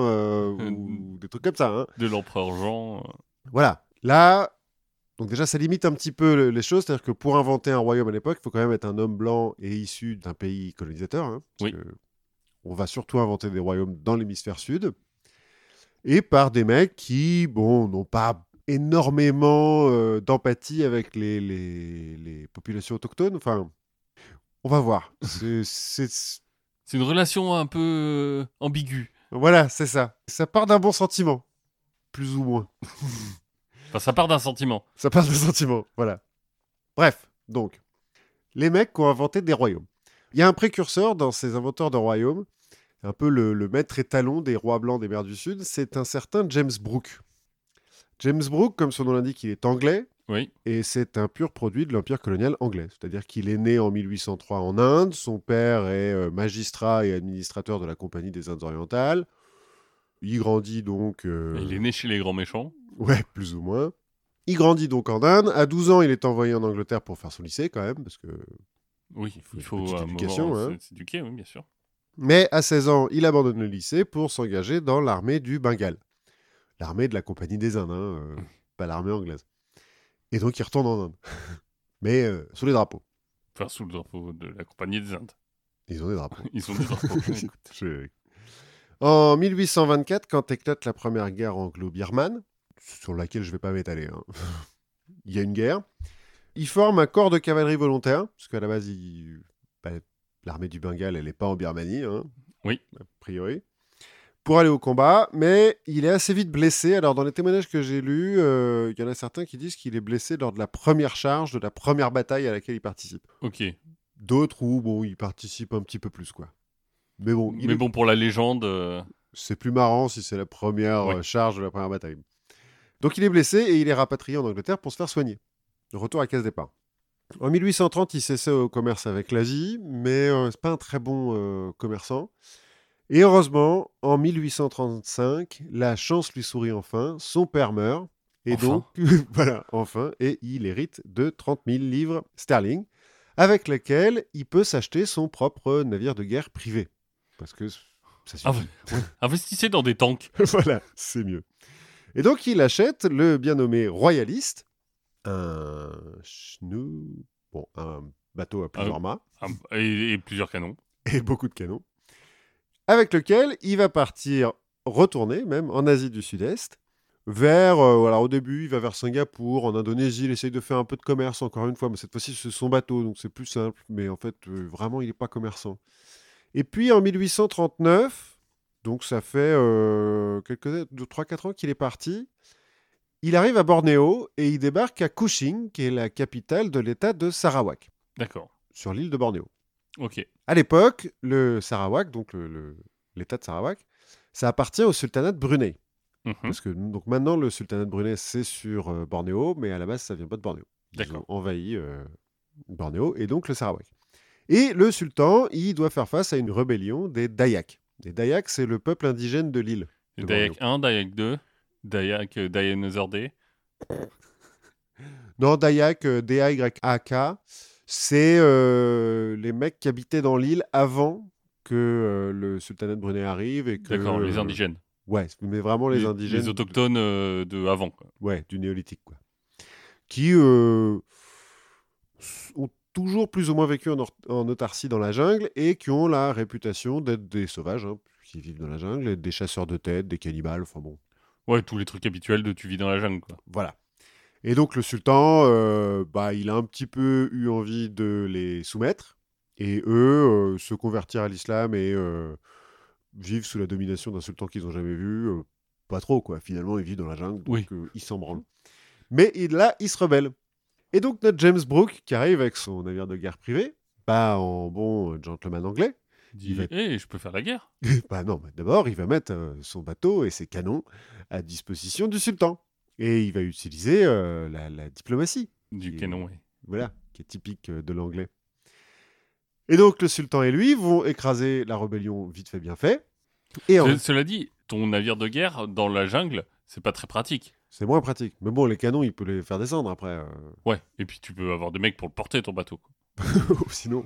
ou des trucs comme ça. Hein.
De l'empereur Jean.
Voilà. Là, donc déjà, ça limite un petit peu les choses. C'est-à-dire que pour inventer un royaume à l'époque, il faut quand même être un homme blanc et issu d'un pays colonisateur. Hein, parce
Oui.
que on va surtout inventer des royaumes dans l'hémisphère sud. Et par des mecs qui, bon, n'ont pas énormément d'empathie avec les populations autochtones. Enfin, on va voir.
C'est une relation un peu ambiguë.
Voilà, c'est ça. Ça part d'un bon sentiment, plus ou moins.
Enfin, ça part d'un sentiment.
Ça part d'un sentiment, voilà. Bref, donc, les mecs qui ont inventé des royaumes. Il y a un précurseur dans ces inventeurs de royaumes, un peu le maître étalon des rois blancs des mers du Sud, c'est un certain James Brooke. James Brooke, comme son nom l'indique, il est anglais,
Oui.
et c'est un pur produit de l'Empire colonial anglais. C'est-à-dire qu'il est né en 1803 en Inde, son père est magistrat et administrateur de la Compagnie des Indes orientales. Il grandit donc...
Il est né chez les grands méchants.
Ouais, plus ou moins. Il grandit donc en Inde. À 12 ans, il est envoyé en Angleterre pour faire son lycée quand même, parce que...
Oui, il faut
petite
un
éducation,
moment
hein.
s'éduquer, oui, bien sûr.
Mais à 16 ans, il abandonne le lycée pour s'engager dans l'armée du Bengale. L'armée de la Compagnie des Indes, pas l'armée anglaise. Et donc il retourne en Inde. Mais sous les drapeaux.
Enfin, sous le drapeau de la Compagnie des Indes.
Ils ont des drapeaux.
Ils ont des drapeaux. Écoute.
En 1824, quand éclate la première guerre anglo-birmane, sur laquelle je ne vais pas m'étaler, hein. Il y a une guerre, ils forment un corps de cavalerie volontaire, parce qu'à la base, l'armée du Bengale, elle n'est pas en Birmanie, hein,
Oui.
a priori, pour aller au combat, mais il est assez vite blessé. Alors, dans les témoignages que j'ai lus, il y en a certains qui disent qu'il est blessé lors de la première charge, de la première bataille à laquelle il participe.
Ok.
D'autres où, bon, il participe un petit peu plus, quoi. Mais bon,
bon, pour la légende...
c'est plus marrant si c'est la première
Ouais.
charge de la première bataille. Donc il est blessé et il est rapatrié en Angleterre pour se faire soigner. Retour à case départ. En 1830, il s'essaie au commerce avec l'Asie, mais c'est pas un très bon commerçant. Et heureusement, en 1835, la chance lui sourit enfin, son père meurt, et
Enfin.
donc, voilà, enfin, et il hérite de 30 000 livres sterling, avec lesquels il peut s'acheter son propre navire de guerre privé. Parce que ça suffit.
Investissez dans des tanks.
Voilà, c'est mieux. Et donc, il achète le bien nommé Royaliste, un bateau à plusieurs mâts
Et plusieurs canons.
et beaucoup de canons, avec lequel il va retourner même en Asie du Sud-Est, voilà, au début, il va vers Singapour, en Indonésie, il essaye de faire un peu de commerce, encore une fois, mais cette fois-ci, c'est son bateau, donc c'est plus simple, mais en fait, vraiment, il n'est pas commerçant. Et puis, en 1839, donc ça fait 3-4 ans qu'il est parti, il arrive à Bornéo et il débarque à Kuching, qui est la capitale de l'état de Sarawak.
D'accord.
Sur l'île de Bornéo.
Ok.
À l'époque, le Sarawak, donc l'état de Sarawak, ça appartient au sultanat de Brunei. Parce que donc maintenant, le sultanat de Brunei, c'est sur Bornéo, mais à la base, ça vient pas de Bornéo. Ils ont envahi Bornéo et donc le Sarawak. Et le sultan, il doit faire face à une rébellion des Dayak. Les Dayak, c'est le peuple indigène de l'île.
Dayak 1, Dayak 2, Dayak Another Day.
Non, Dayak, D-A-Y-A-K, c'est les mecs qui habitaient dans l'île avant que le sultanat de Brunei arrive.
D'accord, les indigènes.
Ouais, mais vraiment les indigènes.
Les autochtones de avant. Quoi.
Ouais, du néolithique, quoi. Qui ont toujours plus ou moins vécu en autarcie dans la jungle et qui ont la réputation d'être des sauvages, hein, qui vivent dans la jungle, des chasseurs de têtes, des cannibales, enfin bon.
Ouais, tous les trucs habituels de tu vis dans la jungle, quoi.
Voilà. Et donc le sultan, il a un petit peu eu envie de les soumettre, et eux se convertir à l'islam et vivent sous la domination d'un sultan qu'ils n'ont jamais vu. Pas trop, quoi. Finalement, ils vivent dans la jungle, donc ils s'en branlent. Mais là, ils se rebellent. Et donc notre James Brooke, qui arrive avec son navire de guerre privé, en bon gentleman anglais,
dit je peux faire la guerre.
Non, d'abord, il va mettre son bateau et ses canons à disposition du sultan. Et il va utiliser la diplomatie.
Du canon, oui.
Voilà, qui est typique de l'anglais. Et donc, le sultan et lui vont écraser la rébellion vite fait, bien fait. Et
cela dit, ton navire de guerre dans la jungle, c'est pas très pratique.
C'est moins pratique. Mais bon, les canons, il peut les faire descendre après.
Ouais, et puis tu peux avoir des mecs pour le porter, ton bateau.
Sinon,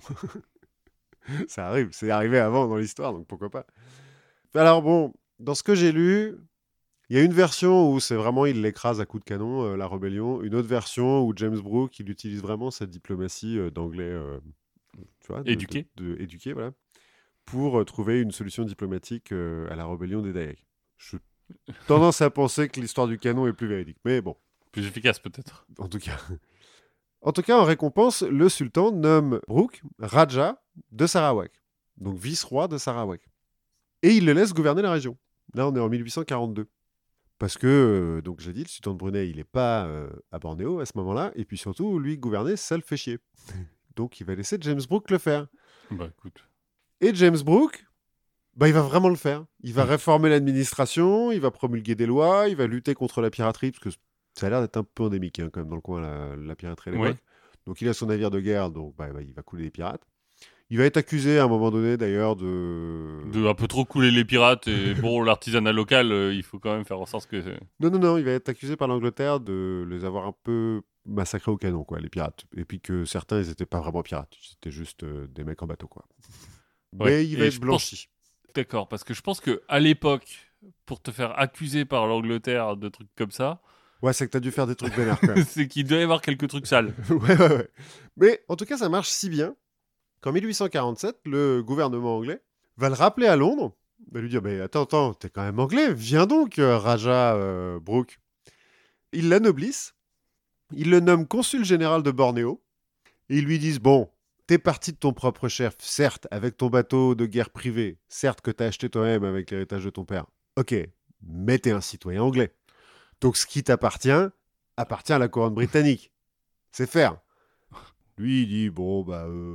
ça arrive. C'est arrivé avant dans l'histoire, donc pourquoi pas. Alors bon, dans ce que j'ai lu, il y a une version où c'est vraiment, il l'écrase à coups de canon, la rébellion. Une autre version où James Brooke, il utilise vraiment cette diplomatie d'anglais, tu vois, éduqué, voilà, pour trouver une solution diplomatique à la rébellion des Dayak. J'ai tendance à penser que l'histoire du canon est plus véridique, mais bon.
Plus efficace, peut-être.
En tout cas, en récompense, le sultan nomme Brooke Raja de Sarawak, donc vice-roi de Sarawak. Et il le laisse gouverner la région. Là, on est en 1842. Parce que, donc j'ai dit, le sultan de Brunei, il n'est pas à Bornéo à ce moment-là. Et puis surtout, lui, gouverner, ça le fait chier. Donc il va laisser James Brooke le faire.
Bah écoute.
Et James Brooke, il va vraiment le faire. Il va réformer l'administration, il va promulguer des lois, il va lutter contre la piraterie, parce que ça a l'air d'être un peu endémique quand même dans le coin, la piraterie à l'époque. Ouais. Donc il a son navire de guerre, donc il va couler les pirates. Il va être accusé à un moment donné d'ailleurs de
un peu trop couler les pirates et bon, l'artisanat local, il faut quand même faire en sorte que...
Non, il va être accusé par l'Angleterre de les avoir un peu massacrés au canon, quoi, les pirates. Et puis que certains, ils n'étaient pas vraiment pirates, c'était juste des mecs en bateau, quoi. Ouais, mais il va être blanchi.
D'accord, parce que je pense qu'à l'époque, pour te faire accuser par l'Angleterre de trucs comme ça,
Ouais, c'est que t'as dû faire des trucs vénères, quand même.
C'est qu'il doit y avoir quelques trucs sales.
Ouais. Mais en tout cas, ça marche si bien qu'en 1847, le gouvernement anglais va le rappeler à Londres, va lui dire, mais attends, t'es quand même anglais, viens donc, Raja Brooke. Ils l'anoblissent, ils le nomment consul général de Bornéo, et ils lui disent, bon, t'es parti de ton propre chef, certes, avec ton bateau de guerre privé, certes que t'as acheté toi-même avec l'héritage de ton père, ok, mais t'es un citoyen anglais. Donc ce qui t'appartient, appartient à la couronne britannique. C'est faire. Lui, il dit, bon,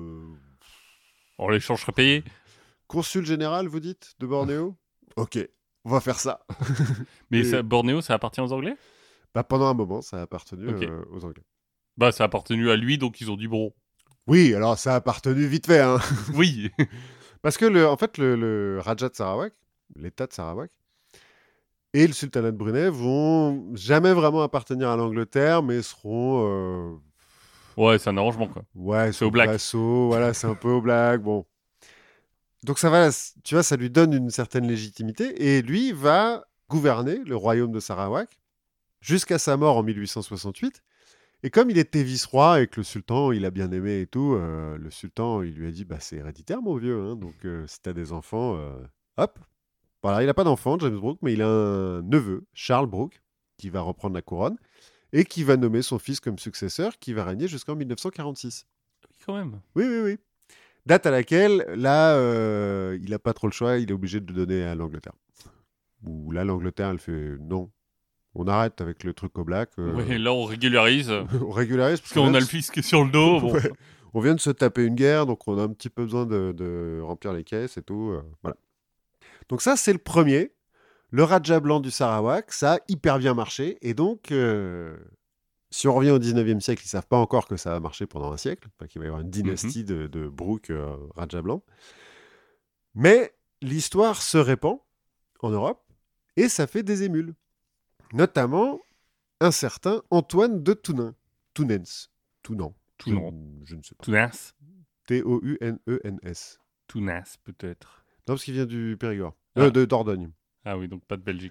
On l'échange serait payé.
consul général, vous dites, de Bornéo. Ok, on va faire ça.
Mais
Et-
Bornéo, ça appartient aux Anglais?
pendant un moment, ça a appartenu
Ok.
aux Anglais.
Bah, ça a appartenu à lui, donc ils ont dit bon.
Oui, alors ça a appartenu vite fait, hein.
Oui.
Parce que, en fait, le Raja de Sarawak, l'État de Sarawak, et le sultanat de Brunei vont jamais vraiment appartenir à l'Angleterre, mais seront...
Ouais, c'est un arrangement, quoi.
ouais,
C'est au black.
vassaux, voilà, c'est un peu au black, bon. Donc ça va, tu vois, ça lui donne une certaine légitimité, et lui va gouverner le royaume de Sarawak jusqu'à sa mort en 1868. Et comme il était vice-roi et que le sultan, il a bien aimé et tout, le sultan, il lui a dit, bah c'est héréditaire, mon vieux, hein, donc si t'as des enfants, hop. Voilà, il n'a pas d'enfant, James Brooke, mais il a un neveu, Charles Brooke, qui va reprendre la couronne et qui va nommer son fils comme successeur, qui va régner jusqu'en 1946.
Oui, quand même.
Oui. Date à laquelle, là, il n'a pas trop le choix, il est obligé de le donner à l'Angleterre. Ou là, l'Angleterre, elle fait non, on arrête avec le truc au black.
Oui, là, on régularise.
On régularise
Parce qu'on a le fisc sur le dos. Bon.
Ouais. On vient de se taper une guerre, donc on a un petit peu besoin de remplir les caisses et tout. Voilà. Donc ça, c'est le premier. Le Raja blanc du Sarawak, ça a hyper bien marché. Et donc, si on revient au 19e siècle, ils ne savent pas encore que ça va marcher pendant un siècle, enfin, qu'il va y avoir une dynastie de Brooke Raja blanc. Mais l'histoire se répand en Europe et ça fait des émules. Notamment un certain Antoine de Tounen. Tounens. Tounan.
Tounan.
Je ne sais pas.
Tounas.
T-O-U-N-E-N-S.
Tounas, peut-être.
Non, parce qu'il vient du Périgord.
Ah.
De Dordogne.
Ah oui, donc pas de Belgique.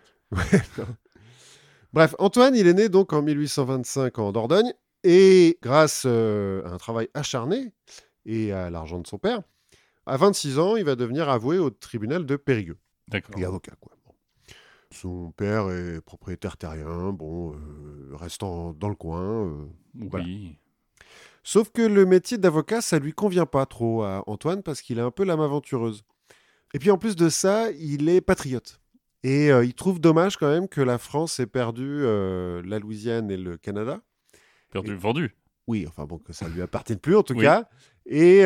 Bref, Antoine, il est né donc en 1825 en Dordogne. Et grâce à un travail acharné et à l'argent de son père, à 26 ans, il va devenir avoué au tribunal de Périgueux.
D'accord.
Et avocat, quoi. Bon. Son père est propriétaire terrien, bon, restant dans le coin.
Oui.
Voilà. Sauf que le métier d'avocat, ça lui convient pas trop à Antoine parce qu'il est un peu l'âme aventureuse. Et puis en plus de ça, il est patriote. Et il trouve dommage quand même que la France ait perdu la Louisiane et le Canada.
Vendu.
Oui, enfin bon, que ça lui appartienne plus en tout
Oui.
cas. Et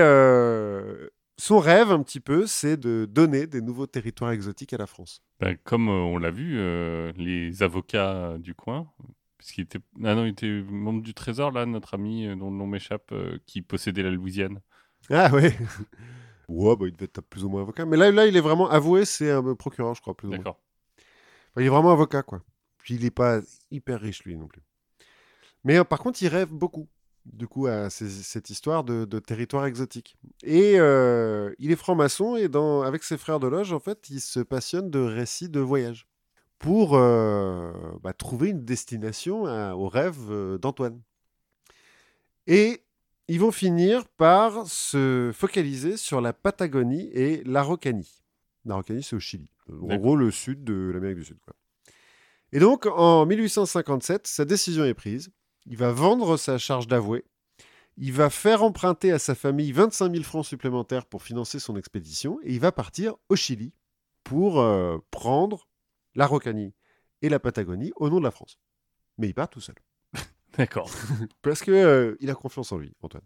son rêve un petit peu, c'est de donner des nouveaux territoires exotiques à la France.
Ben, comme on l'a vu, les avocats du coin, puisqu'il était... Ah non, il était membre du Trésor, là, notre ami dont le nom m'échappe, qui possédait la Louisiane.
Ah oui. Ouais, bah, il devait être plus ou moins avocat. Mais là, il est vraiment avoué, c'est un procureur, je crois, plus ou moins.
D'accord.
Enfin, il est vraiment avocat, quoi. Puis il n'est pas hyper riche, lui, non plus. Mais par contre, il rêve beaucoup, du coup, à cette histoire de territoire exotique. Et il est franc-maçon, et avec ses frères de loge, en fait, il se passionne de récits de voyage pour trouver une destination au rêve d'Antoine. Et ils vont finir par se focaliser sur la Patagonie et l'Araucanie. L'Araucanie, c'est au Chili. En gros, le sud de l'Amérique du Sud, quoi. Et donc, en 1857, sa décision est prise. Il va vendre sa charge d'avoué. Il va faire emprunter à sa famille 25 000 francs supplémentaires pour financer son expédition. Et il va partir au Chili pour prendre l'Araucanie et la Patagonie au nom de la France. Mais il part tout seul.
D'accord.
Parce qu'il a confiance en lui, Antoine.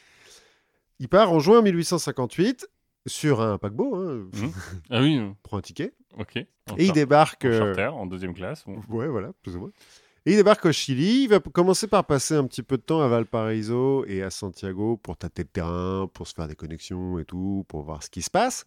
Il part en juin 1858 sur un paquebot.
Ah oui.
Prend un ticket.
Ok.
Et il débarque...
En charter, en deuxième classe. Bon.
Ouais, voilà, plus ou moins. Et il débarque au Chili. Il va commencer par passer un petit peu de temps à Valparaiso et à Santiago pour tâter le terrain, pour se faire des connexions et tout, pour voir ce qui se passe.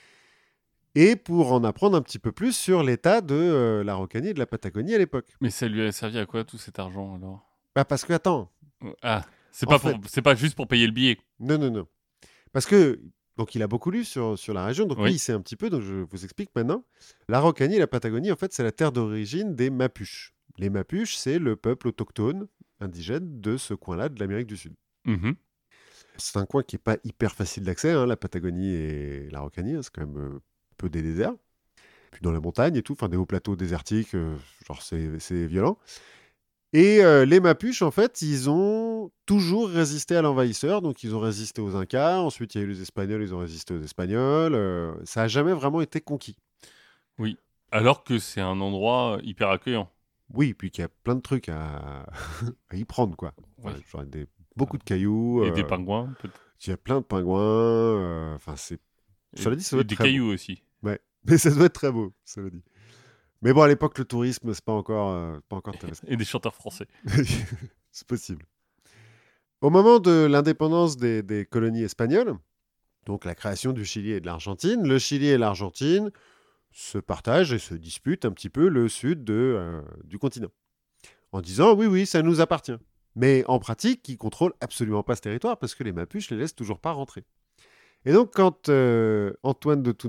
Et pour en apprendre un petit peu plus sur l'état de l'Araucanie et de la Patagonie à l'époque.
Mais ça lui a servi à quoi tout cet argent alors?
Bah parce que, attends.
Ah, c'est
En
pas juste pour payer le billet.
Non. Parce que, donc il a beaucoup lu sur la région, donc
Oui.
oui, il sait un petit peu, donc je vous explique maintenant. L'Araucanie et la Patagonie, en fait, c'est la terre d'origine des Mapuches. Les Mapuches, c'est le peuple autochtone indigène de ce coin-là de l'Amérique du Sud.
Mhm.
C'est un coin qui n'est pas hyper facile d'accès, hein, la Patagonie et l'Araucanie, hein, c'est quand même un peu des déserts. Puis dans les montagnes et tout, enfin des hauts plateaux désertiques, genre c'est violent. Et les Mapuches, en fait, ils ont toujours résisté à l'envahisseur, donc ils ont résisté aux Incas, ensuite il y a eu les Espagnols, ils ont résisté aux Espagnols, ça n'a jamais vraiment été conquis.
Oui. Alors que c'est un endroit hyper accueillant.
Oui, puis qu'il y a plein de trucs à y prendre, quoi.
Oui.
Enfin, genre beaucoup de cailloux,
Et des pingouins, peut-être.
il y a plein de pingouins, enfin c'est... Cela dit, ça doit
Et
être
des
très beau.
cailloux aussi.
Ouais, mais ça doit être très beau, cela dit. Mais bon, à l'époque, le tourisme, c'est pas encore très...
Et des chanteurs français.
C'est possible. Au moment de l'indépendance des colonies espagnoles, donc la création du Chili et de l'Argentine, le Chili et l'Argentine se partagent et se disputent un petit peu le sud du continent. En disant, oui, oui, ça nous appartient. Mais en pratique, ils ne contrôlent absolument pas ce territoire parce que les Mapuches les laissent toujours pas rentrer. Et donc, quand Antoine de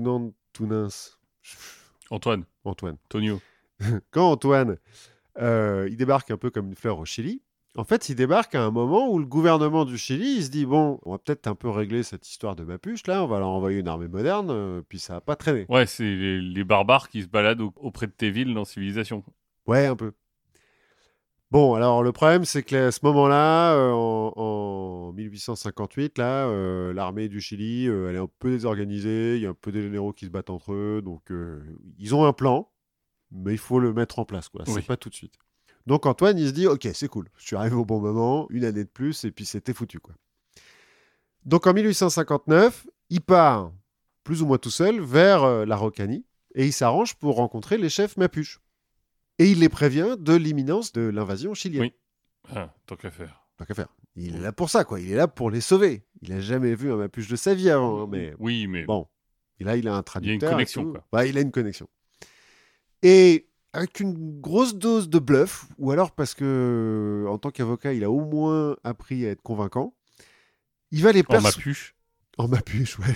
Antoine,
Antoine,
Tonio.
quand Antoine, il débarque un peu comme une fleur au Chili, en fait, il débarque à un moment où le gouvernement du Chili, il se dit, bon, on va peut-être un peu régler cette histoire de Mapuche, là, on va leur envoyer une armée moderne, puis ça va pas traîner.
Ouais, c'est les barbares qui se baladent auprès de tes villes dans Civilisation.
Ouais, un peu. Bon, alors le problème, c'est qu'à ce moment-là, en 1858, là, l'armée du Chili, elle est un peu désorganisée, il y a un peu des généraux qui se battent entre eux, donc ils ont un plan, mais il faut le mettre en place, quoi. C'est
Oui.
pas tout de suite. Donc Antoine, il se dit, ok, c'est cool, je suis arrivé au bon moment, une année de plus, et puis c'était foutu, quoi. Donc en 1859, il part, plus ou moins tout seul, vers l'Araucanie, et il s'arrange pour rencontrer les chefs mapuches. Et il les prévient de l'imminence de l'invasion chilienne.
Oui. Ah, tant qu'à faire.
Tant qu'à faire. Il est là pour ça, quoi. Il est là pour les sauver. Il n'a jamais vu un mapuche de sa vie avant, hein, mais
Oui, mais
bon. Et là, il a un
il y a
traducteur.
une connexion, quoi.
Ouais, il a une connexion. Et avec une grosse dose de bluff, ou alors parce que, en tant qu'avocat, il a au moins appris à être convaincant, il va les
En Mapuche.
En mapuche, ouais.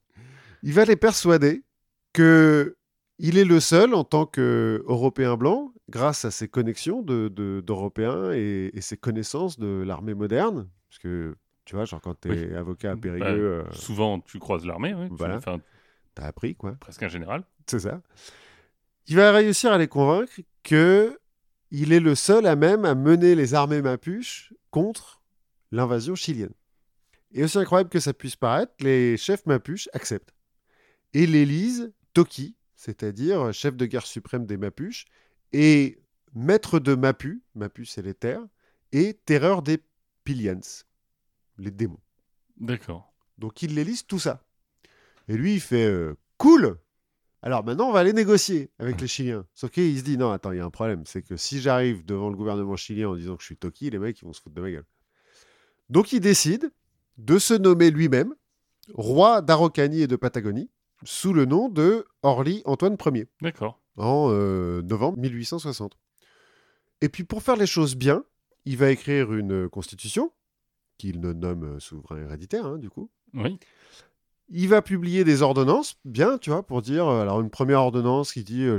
Il va les persuader que il est le seul en tant qu'Européen blanc, grâce à ses connexions d'Européens et ses connaissances de l'armée moderne. Parce que, tu vois, genre quand tu es avocat à Périgueux,
souvent, tu croises l'armée, ouais.
voilà.
Enfin,
t'as appris, quoi.
presque un général.
C'est ça. Il va réussir à les convaincre que il est le seul à même à mener les armées mapuches contre l'invasion chilienne. Et aussi incroyable que ça puisse paraître, les chefs mapuches acceptent et l'élisent Toki, c'est-à-dire chef de guerre suprême des Mapuches, et maître de Mapu, Mapu c'est les terres, et terreur des Pilians, les démons.
D'accord.
Donc il l'élise tout ça. Et lui, il fait cool. Alors maintenant, on va aller négocier avec les Chiliens. Sauf qu'il se dit, non, attends, il y a un problème. C'est que si j'arrive devant le gouvernement chilien en disant que je suis Toki, les mecs, ils vont se foutre de ma gueule. Donc il décide de se nommer lui-même roi d'Araucanie et de Patagonie, sous le nom de Orly Antoine Ier,
D'accord.
en novembre 1860. Et puis pour faire les choses bien, il va écrire une constitution, qu'il ne nomme souverain héréditaire, hein, du coup.
Oui.
Il va publier des ordonnances, bien, tu vois, pour dire, alors une première ordonnance qui dit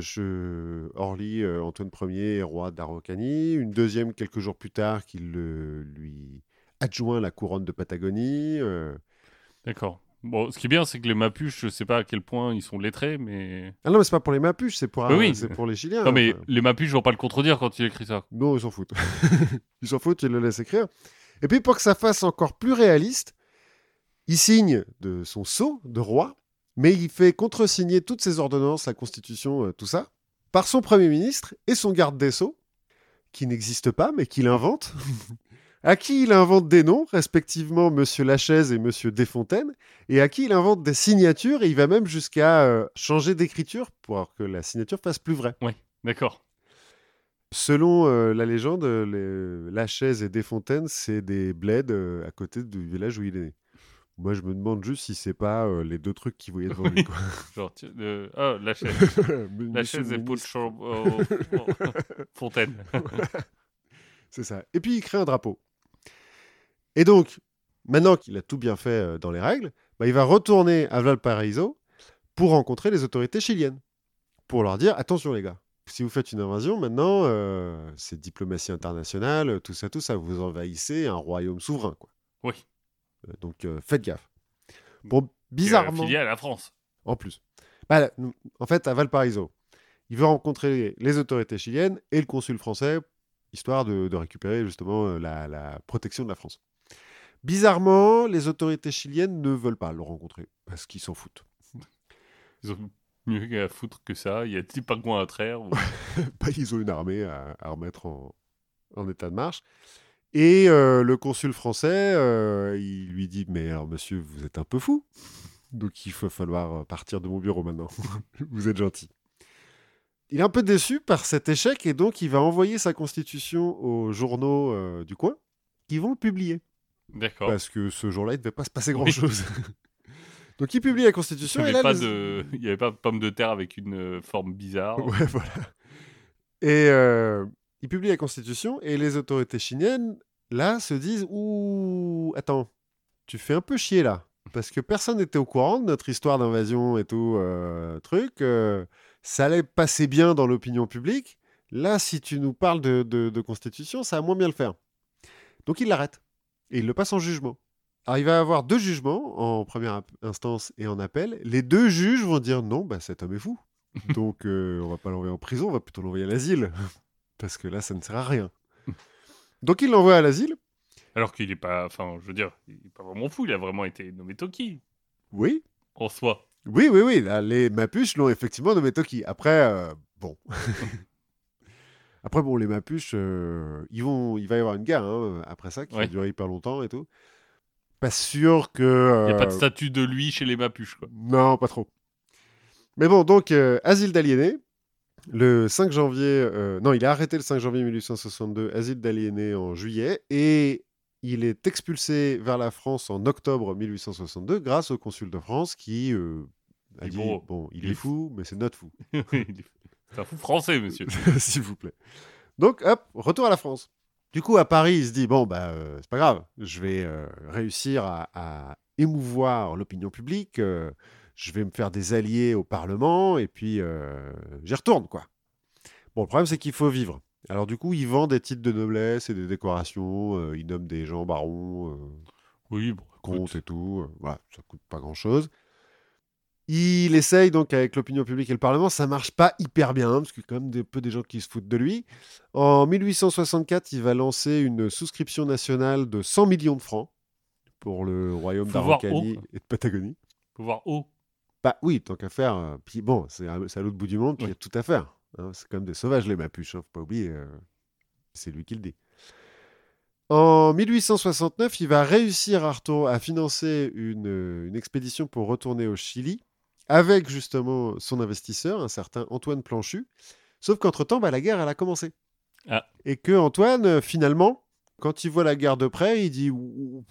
Orly Antoine Ier est roi d'Araucanie, une deuxième quelques jours plus tard qu'il lui adjoint la couronne de Patagonie.
D'accord. Bon, ce qui est bien, c'est que les Mapuches, je sais pas à quel point ils sont lettrés, mais...
Ah non, mais c'est pas pour les Mapuches, c'est pour,
Oui.
c'est pour les Chiliens.
Non, mais
enfin.
les Mapuches vont pas le contredire quand il écrit ça.
Non, ils s'en foutent. Ils s'en foutent, ils le laissent écrire. Et puis pour que ça fasse encore plus réaliste, il signe de son sceau de roi, mais il fait contresigner toutes ses ordonnances, la Constitution, tout ça, par son Premier ministre et son garde des Sceaux, qui n'existe pas, mais qu'il invente, à qui il invente des noms, respectivement Monsieur Lachaise et Monsieur Desfontaines, et à qui il invente des signatures, et il va même jusqu'à changer d'écriture pour que la signature fasse plus vraie.
Oui, d'accord.
Selon la légende, Lachaise et Desfontaines, c'est des bleds à côté du village où il est né. Moi, je me demande juste si c'est pas les deux trucs qu'il voyait devant lui. Quoi.
Genre, la chaise. La chaise et pot de fontaine.
C'est ça. Et puis, il crée un drapeau. Et donc, maintenant qu'il a tout bien fait dans les règles, bah, il va retourner à Valparaiso pour rencontrer les autorités chiliennes. Pour leur dire, attention les gars, si vous faites une invasion, maintenant, c'est diplomatie internationale, tout ça, vous envahissez un royaume souverain, quoi.
Oui.
Donc, faites gaffe. Bon,
Qui est affilié
bizarrement,
à la France.
en plus. Bah, en fait, à Valparaiso, il veut rencontrer les autorités chiliennes et le consul français, histoire de récupérer justement la protection de la France. Bizarrement, les autorités chiliennes ne veulent pas le rencontrer, parce qu'ils s'en foutent.
Ils ont mieux à foutre que ça. Il y a des pingouins à traire.
Bah, ils ont une armée à remettre en état de marche. Et le consul français, il lui dit « Mais alors, monsieur, vous êtes un peu fou. Donc, il va falloir partir de mon bureau maintenant. Vous êtes gentil. » Il est un peu déçu par cet échec et donc il va envoyer sa constitution aux journaux du coin qui vont le publier.
D'accord.
Parce que ce jour-là, il ne devait pas se passer
Oui.
grand-chose. Donc il publie la
Il
constitution
n'y
et
avait,
là...
il y avait pas de pomme de terre avec une forme bizarre.
Ouais, voilà. Et il publie la constitution et les autorités chiliennes, là, se disent « Ouh, attends, tu fais un peu chier là. Parce que personne n'était au courant de notre histoire d'invasion et tout, truc. Ça allait passer bien dans l'opinion publique. Là, si tu nous parles de constitution, ça va moins bien le faire. » Donc il l'arrête. Et il le passe en jugement. Alors il va y avoir 2 jugements, en première instance et en appel. Les 2 juges vont dire non, bah, cet homme est fou. Donc on va pas l'envoyer en prison, on va plutôt l'envoyer à l'asile. Parce que là, ça ne sert à rien. Donc il l'envoie à l'asile.
Alors qu'il est pas. Enfin, je veux dire, il est pas vraiment fou. Il a vraiment été nommé Toki.
Oui.
En soi.
Oui. Là, les Mapuches l'ont effectivement nommé Toki. Après, bon. Après, bon, les Mapuches, il va y avoir une guerre après ça, qui va durer hyper longtemps et tout. Pas sûr que...
Il n'y a pas de statut de lui chez les Mapuches, quoi.
Non, pas trop. Mais bon, donc, asile d'aliénés. Le 5 janvier... non, il est arrêté le 5 janvier 1862, asile d'aliénés en juillet. Et il est expulsé vers la France en octobre 1862 grâce au consul de France qui a dit, bon, il est fou, mais c'est notre fou.
C'est un fou français, monsieur.
S'il vous plaît. Donc, hop, retour à la France. Du coup, à Paris, il se dit, bon, bah, c'est pas grave, je vais réussir à émouvoir l'opinion publique, je vais me faire des alliés au Parlement, et puis j'y retourne, quoi. Bon, le problème, c'est qu'il faut vivre. Alors, du coup, il vend des titres de noblesse et des décorations, il nomme des gens barons,
oui, bon,
comtes et tout, voilà, ça coûte pas grand-chose. Il essaye donc avec l'opinion publique et le Parlement, ça marche pas hyper bien, parce qu'il y a quand même des gens qui se foutent de lui. En 1864, il va lancer une souscription nationale de 100 millions de francs pour le royaume d'Araucanie et de Patagonie.
Faut voir haut.
Bah oui, tant qu'à faire. Puis bon, c'est à l'autre bout du monde, puis il y a tout à faire. Hein, c'est quand même des sauvages, les Mapuches, faut pas oublier. C'est lui qui le dit. En 1869, il va réussir à financer une expédition pour retourner au Chili, avec justement son investisseur, un certain Antoine Planchu. Sauf qu'entre-temps, la guerre, elle a commencé.
Ah.
Et que Antoine, finalement, quand il voit la guerre de près, il dit...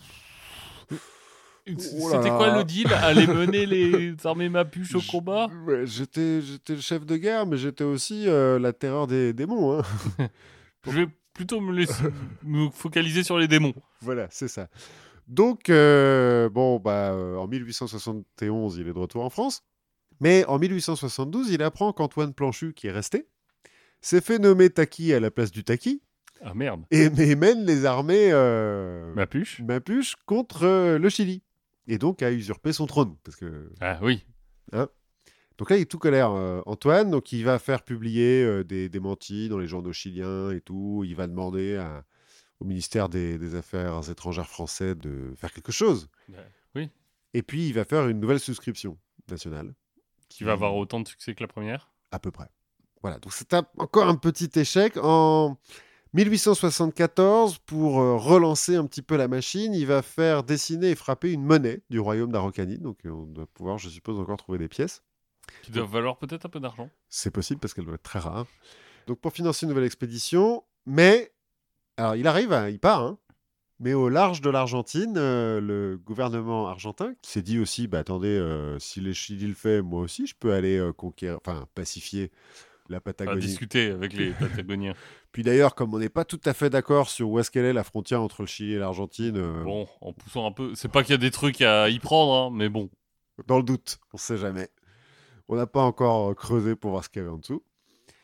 C'était quoi le deal? Aller mener les armées Mapuches au combat?
J'étais le chef de guerre, mais j'étais aussi la terreur des démons. Hein.
Je vais plutôt me focaliser sur les démons.
Voilà, c'est ça. Donc, en 1871, il est de retour en France. Mais en 1872, il apprend qu'Antoine Planchu, qui est resté, s'est fait nommer Taki à la place du Taki.
Ah merde.
Et mène les armées
Mapuche
contre le Chili. Et donc a usurpé son trône. Parce que,
ah oui.
Hein, donc là, il est tout colère, Antoine. Donc il va faire publier des démentis dans les journaux chiliens et tout. Il va demander au ministère des Affaires étrangères français de faire quelque chose.
Oui.
Et puis, il va faire une nouvelle souscription nationale.
Qui va avoir autant de succès que la première?
À peu près. Voilà, donc c'est encore un petit échec. En 1874, pour relancer un petit peu la machine, il va faire dessiner et frapper une monnaie du royaume d'Araucanie. Donc on doit pouvoir, je suppose, encore trouver des pièces.
Qui doivent valoir peut-être un peu d'argent.
C'est possible parce qu'elle doit être très rare. Donc pour financer une nouvelle expédition, mais... Alors il part, hein. Mais au large de l'Argentine, le gouvernement argentin, qui s'est dit aussi, attendez, si les Chili le fait, moi aussi, je peux aller pacifier la Patagonie.
Discuter avec les Patagoniens.
Puis d'ailleurs, comme on n'est pas tout à fait d'accord sur où est-ce qu'elle est la frontière entre le Chili et l'Argentine...
Bon, en poussant un peu... C'est pas qu'il y a des trucs à y prendre, hein, mais bon.
Dans le doute, on ne sait jamais. On n'a pas encore creusé pour voir ce qu'il y avait en dessous.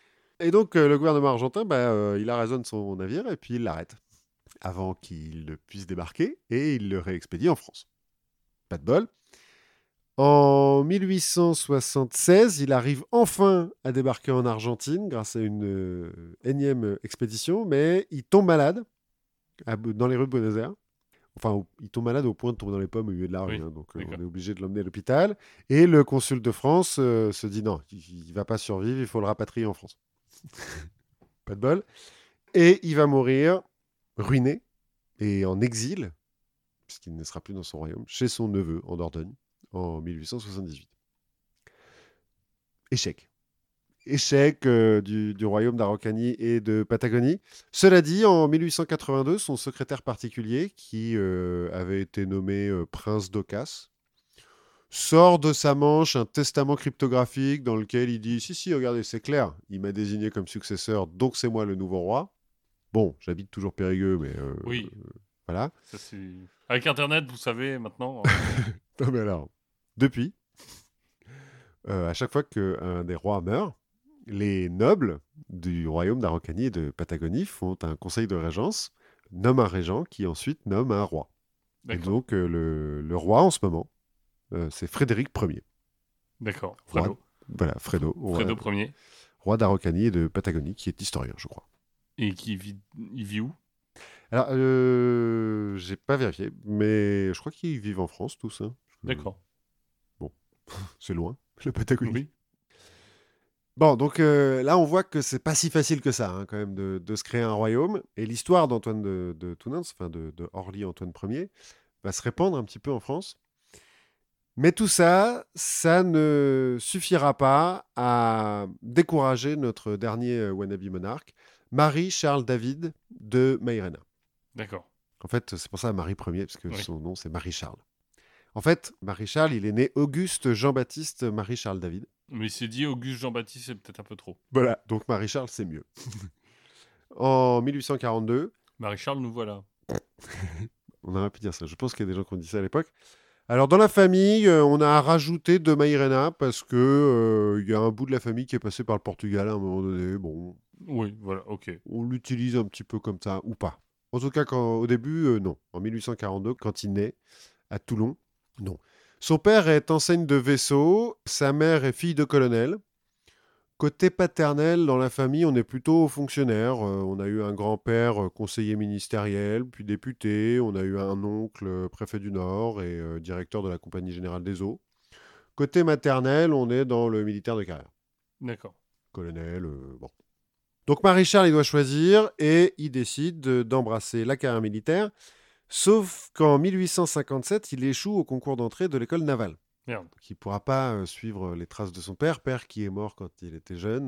Et donc, le gouvernement argentin, il arraisonne son navire et puis il l'arrête avant qu'il ne puisse débarquer et il le réexpédie en France. Pas de bol. En 1876, il arrive enfin à débarquer en Argentine grâce à une énième expédition, mais il tombe malade dans les rues de Buenos Aires. Enfin, il tombe malade au point de tomber dans les pommes au milieu de la rue.
Oui,
Donc, on
d'accord.
est obligé de l'emmener à l'hôpital. Et le consul de France se dit non, il ne va pas survivre, il faut le rapatrier en France. Pas de bol. Et il va mourir ruiné et en exil, puisqu'il ne sera plus dans son royaume, chez son neveu en Dordogne, en 1878. Échec. Échec du royaume d'Araucanie et de Patagonie. Cela dit, en 1882, son secrétaire particulier, qui avait été nommé prince d'Ocas, sort de sa manche un testament cryptographique dans lequel il dit si, regardez, c'est clair, il m'a désigné comme successeur, donc c'est moi le nouveau roi. Bon, j'habite toujours Périgueux, mais
Oui,
voilà.
ça c'est... Avec Internet, vous savez, maintenant...
Non, mais alors, depuis, à chaque fois qu'un des rois meurt, les nobles du royaume d'Araucanie et de Patagonie font un conseil de régence, nomment un régent qui ensuite nomme un roi. Et
D'accord,
donc, le roi en ce moment, c'est Frédéric Ier.
d'accord.
Roi,
Fredo.
voilà, Fredo,
Fredo Ier.
roi d'Araucanie et de Patagonie, qui est historien, je crois.
Et il vit où?
Alors, j'ai pas vérifié, mais je crois qu'ils vivent en France tous. Hein.
D'accord.
Bon, c'est loin, la Patagonie.
Oui.
Bon, donc là, on voit que c'est pas si facile que ça, hein, quand même, de se créer un royaume. Et l'histoire d'Antoine de Tounens, enfin de Orly Antoine Ier, va se répandre un petit peu en France. Mais tout ça, ça ne suffira pas à décourager notre dernier wannabe monarque, Marie-Charles David de Mayrena.
D'accord.
En fait, c'est pour ça Marie Ier, parce que
Oui.
son nom, c'est Marie-Charles. En fait, Marie-Charles, il est né Auguste Jean-Baptiste Marie-Charles David.
Mais c'est dit Auguste Jean-Baptiste, c'est peut-être un peu trop.
Voilà, donc Marie-Charles, c'est mieux. En 1842,
Marie-Charles, nous voilà.
on aurait pu dire ça. Je pense qu'il y a des gens qui ont dit ça à l'époque. Alors, dans la famille, on a rajouté de Maïrena parce que il y a un bout de la famille qui est passé par le Portugal à un moment donné. Bon,
Oui, voilà, ok.
on l'utilise un petit peu comme ça, ou pas. En tout cas, au début, non. En 1842, quand il naît, à Toulon, non. Son père est enseigne de vaisseau, sa mère est fille de colonel. Côté paternel, dans la famille, on est plutôt fonctionnaire. On a eu un grand-père conseiller ministériel, puis député. On a eu un oncle préfet du Nord et directeur de la Compagnie générale des eaux. Côté maternel, on est dans le militaire de carrière.
D'accord.
Colonel, bon. Donc Maréchal, il doit choisir et il décide d'embrasser la carrière militaire. Sauf qu'en 1857, il échoue au concours d'entrée de l'école navale.
Merde.
Qui ne pourra pas suivre les traces de son père qui est mort quand il était jeune.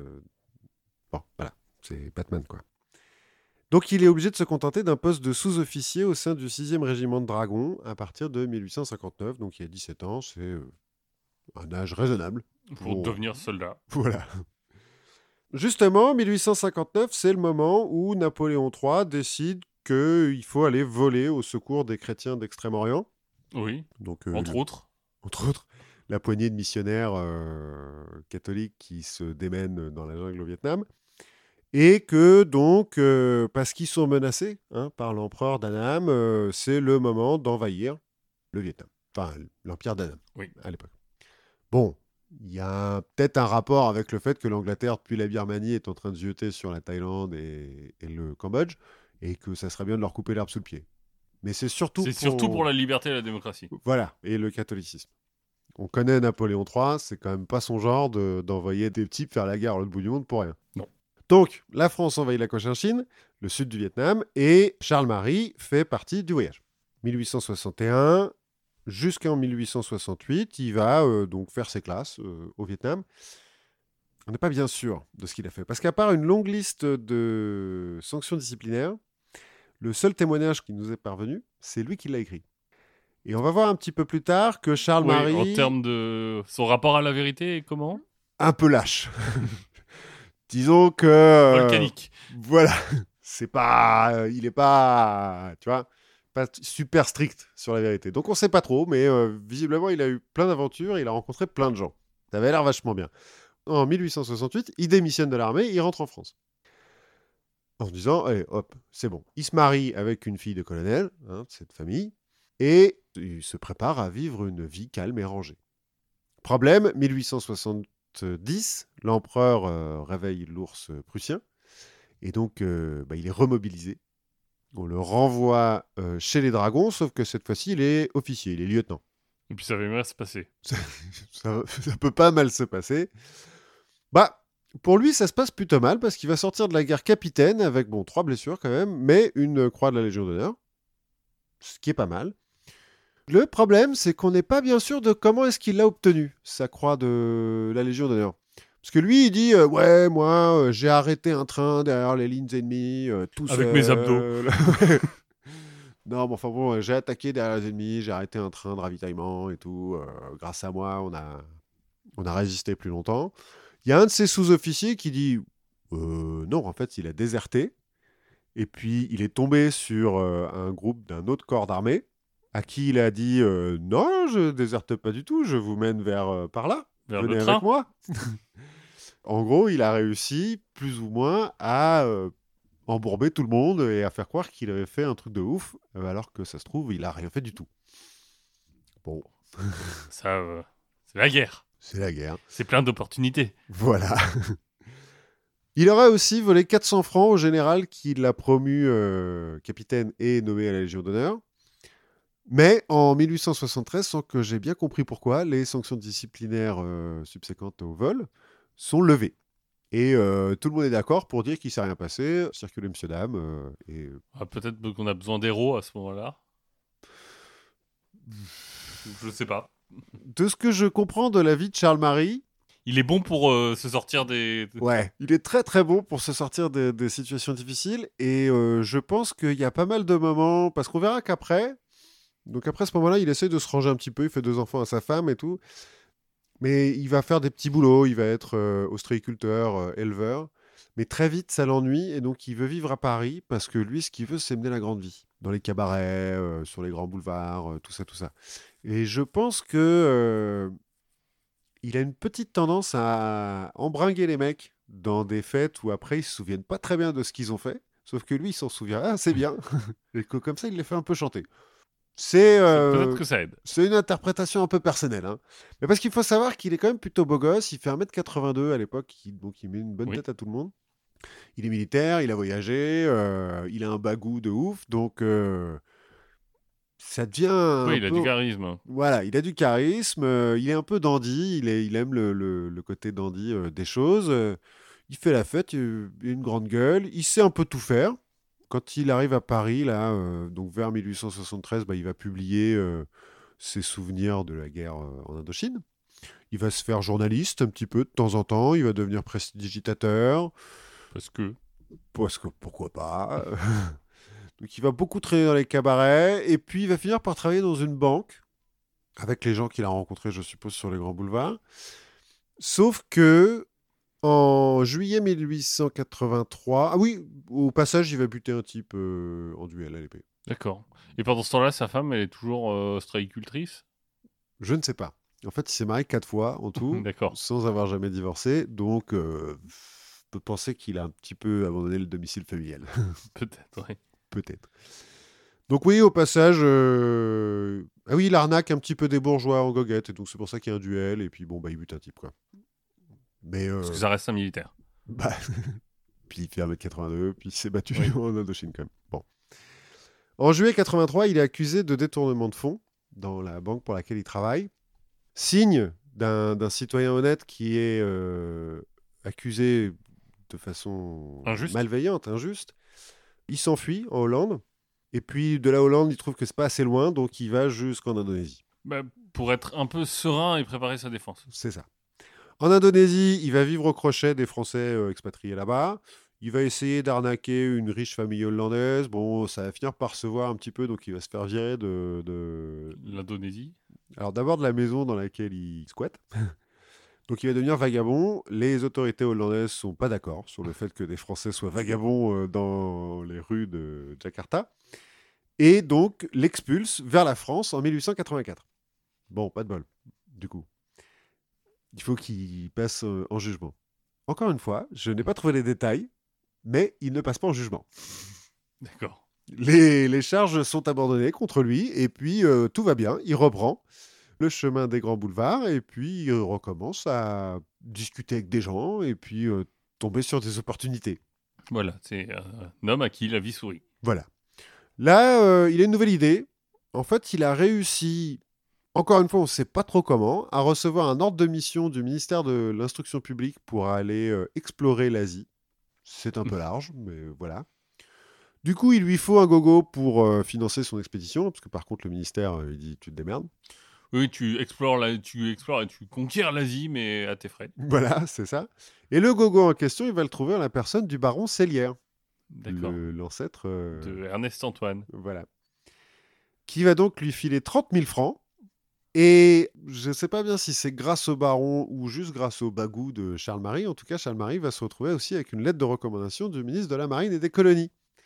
Bon, voilà, c'est Batman, quoi. Donc il est obligé de se contenter d'un poste de sous-officier au sein du 6e régiment de dragons à partir de 1859. Donc il a 17 ans, c'est un âge raisonnable.
Pour devenir soldat.
Voilà. Justement, 1859, c'est le moment où Napoléon III décide qu'il faut aller voler au secours des chrétiens d'Extrême-Orient.
Oui,
Donc,
entre autres.
entre autres, la poignée de missionnaires catholiques qui se démènent dans la jungle au Vietnam. Et que donc, parce qu'ils sont menacés par l'empereur d'Annam, c'est le moment d'envahir le Vietnam. Enfin, l'empire d'Annam,
Oui.
à l'époque. Bon, il y a peut-être un rapport avec le fait que l'Angleterre, depuis la Birmanie, est en train de se jeter sur la Thaïlande et le Cambodge, et que ça serait bien de leur couper l'herbe sous le pied. Mais c'est surtout
pour la liberté et la démocratie.
Voilà, et le catholicisme. On connaît Napoléon III, c'est quand même pas son genre d'envoyer des types faire la guerre à l'autre bout du monde pour rien.
Non.
Donc, la France envahit la Cochinchine, le sud du Vietnam, et Charles-Marie fait partie du voyage. 1861 jusqu'en 1868, il va donc faire ses classes au Vietnam. On n'est pas bien sûr de ce qu'il a fait, parce qu'à part une longue liste de sanctions disciplinaires, le seul témoignage qui nous est parvenu, c'est lui qui l'a écrit. Et on va voir un petit peu plus tard que Charles-Marie...
Oui, en termes de son rapport à la vérité et comment
un peu lâche. Disons que...
Volcanique.
Voilà. C'est pas... il est pas... Tu vois, pas super strict sur la vérité. Donc on sait pas trop, mais visiblement, il a eu plein d'aventures, il a rencontré plein de gens. Ça avait l'air vachement bien. En 1868, il démissionne de l'armée, il rentre en France. En se disant, allez, hop, c'est bon. Il se marie avec une fille de colonel, de cette famille, et il se prépare à vivre une vie calme et rangée. Problème, 1870, l'empereur réveille l'ours prussien, et donc il est remobilisé. On le renvoie chez les dragons, sauf que cette fois-ci, il est officier, il est lieutenant.
Et puis ça va bien se passer.
Ça peut pas mal se passer. Pour lui, ça se passe plutôt mal, parce qu'il va sortir de la guerre capitaine, avec 3 blessures quand même, mais une croix de la Légion d'honneur, ce qui est pas mal. Le problème, c'est qu'on n'est pas bien sûr de comment est-ce qu'il l'a obtenu, sa croix de la Légion d'honneur. Parce que lui, il dit ouais, moi, j'ai arrêté un train derrière les lignes ennemies, tout seul.
Avec mes abdos.
Non, mais enfin bon, j'ai attaqué derrière les ennemis, j'ai arrêté un train de ravitaillement et tout. Grâce à moi, on a résisté plus longtemps. Il y a un de ses sous-officiers qui dit non, en fait, il a déserté. Et puis, il est tombé sur un groupe d'un autre corps d'armée à qui il a dit non, je déserte pas du tout, je vous mène vers par là.
Vers
Venez
le
avec
train.
moi. En gros, il a réussi plus ou moins à embourber tout le monde et à faire croire qu'il avait fait un truc de ouf, alors que ça se trouve, il a rien fait du tout. Bon,
Ça, c'est la guerre.
c'est la guerre.
C'est plein d'opportunités.
Voilà. Il aurait aussi volé 400 francs au général qui l'a promu capitaine et nommé à la Légion d'honneur. Mais en 1873, sans que j'ai bien compris pourquoi, les sanctions disciplinaires subséquentes au vol sont levées. Et tout le monde est d'accord pour dire qu'il ne s'est rien passé. Circulez, monsieur, dame.
Peut-être qu'on a besoin d'héros à ce moment-là. Je sais pas.
De ce que je comprends de la vie de Charles-Marie,
Il est bon pour se sortir des...
ouais, il est très très bon pour se sortir des situations difficiles. Et je pense qu'il y a pas mal de moments, parce qu'on verra qu'après, donc après ce moment-là, il essaie de se ranger un petit peu, il fait 2 enfants à sa femme et tout. Mais il va faire des petits boulots, il va être ostréiculteur, éleveur. Mais très vite, ça l'ennuie et donc il veut vivre à Paris parce que lui, ce qu'il veut, c'est mener la grande vie. Dans les cabarets, sur les grands boulevards, tout ça, tout ça. Et je pense que il a une petite tendance à embringuer les mecs dans des fêtes où après, ils se souviennent pas très bien de ce qu'ils ont fait. Sauf que lui, il s'en souvient. Ah, c'est bien. Et que comme ça, il les fait un peu chanter. C'est
Peut-être que ça aide.
c'est une interprétation un peu personnelle. Hein. Mais parce qu'il faut savoir qu'il est quand même plutôt beau gosse. Il fait 1m82 à l'époque, donc il met une bonne
Oui.
tête à tout le monde. Il est militaire, il a voyagé, il a un bagou de ouf. Donc ça devient
Oui,
un
il a
peu...
du charisme.
Voilà, il a du charisme, il est un peu dandy, il aime le côté dandy des choses. Il fait la fête, il a une grande gueule, il sait un peu tout faire. Quand il arrive à Paris, là, donc vers 1873, il va publier ses souvenirs de la guerre en Indochine. Il va se faire journaliste un petit peu de temps en temps, il va devenir prestidigitateur,
Parce que...
parce que pourquoi pas. Donc il va beaucoup traîner dans les cabarets, et puis il va finir par travailler dans une banque, avec les gens qu'il a rencontrés, je suppose, sur les grands boulevards. Sauf que en juillet 1883, ah oui, au passage, il va buter un type en duel à l'épée.
D'accord. Et pendant ce temps-là, sa femme, elle est toujours ostréicultrice.
Je ne sais pas. En fait, il s'est marié 4 fois en tout,
D'accord.
sans avoir jamais divorcé. Donc, on peut penser qu'il a un petit peu abandonné le domicile familial.
Peut-être, oui.
Peut-être. Donc oui, au passage, ah oui, il arnaque un petit peu des bourgeois en goguette, et donc c'est pour ça qu'il y a un duel, et puis il bute un type, quoi. Mais,
Parce que ça reste un militaire.
bah, puis il fait 1m82, puis il s'est battu
Oui.
en Indochine quand même. Bon. En juillet 83, il est accusé de détournement de fonds dans la banque pour laquelle il travaille. Signe d'un citoyen honnête qui est accusé de façon
Injuste.
malveillante, injuste. Il s'enfuit en Hollande. Et puis de la Hollande, il trouve que c'est pas assez loin, donc il va jusqu'en Indonésie.
Pour être un peu serein et préparer sa défense.
C'est ça. En Indonésie, il va vivre au crochet des Français expatriés là-bas. Il va essayer d'arnaquer une riche famille hollandaise. Bon, ça va finir par se voir un petit peu, donc il va se faire virer de...
L'Indonésie.
Alors d'abord de la maison dans laquelle il squatte. Donc il va devenir vagabond. Les autorités hollandaises sont pas d'accord sur le fait que des Français soient vagabonds dans les rues de Jakarta. Et donc l'expulse vers la France en 1884. Bon, pas de bol, du coup. Il faut qu'il passe en jugement. Encore une fois, je n'ai pas trouvé les détails, mais il ne passe pas en jugement.
D'accord.
Les charges sont abandonnées contre lui, et puis tout va bien. Il reprend le chemin des grands boulevards, et puis il recommence à discuter avec des gens, et puis tomber sur des opportunités.
Voilà, c'est un homme à qui la vie sourit.
Voilà. Là, il a une nouvelle idée. En fait, il a réussi, encore une fois, on ne sait pas trop comment, à recevoir un ordre de mission du ministère de l'Instruction publique pour aller explorer l'Asie. C'est un peu large, mais voilà. Du coup, il lui faut un gogo pour financer son expédition, parce que par contre, le ministère, il dit tu te démerdes.
Oui, tu explores et tu conquiers l'Asie, mais à tes frais.
Voilà, c'est ça. Et le gogo en question, il va le trouver en la personne du baron Sellière,
D'accord.
l'ancêtre.
De Ernest Antoine.
Voilà. Qui va donc lui filer 30 000 francs. Et je ne sais pas bien si c'est grâce au baron ou juste grâce au bagou de Charles-Marie. En tout cas, Charles-Marie va se retrouver aussi avec une lettre de recommandation du ministre de la Marine et des Colonies.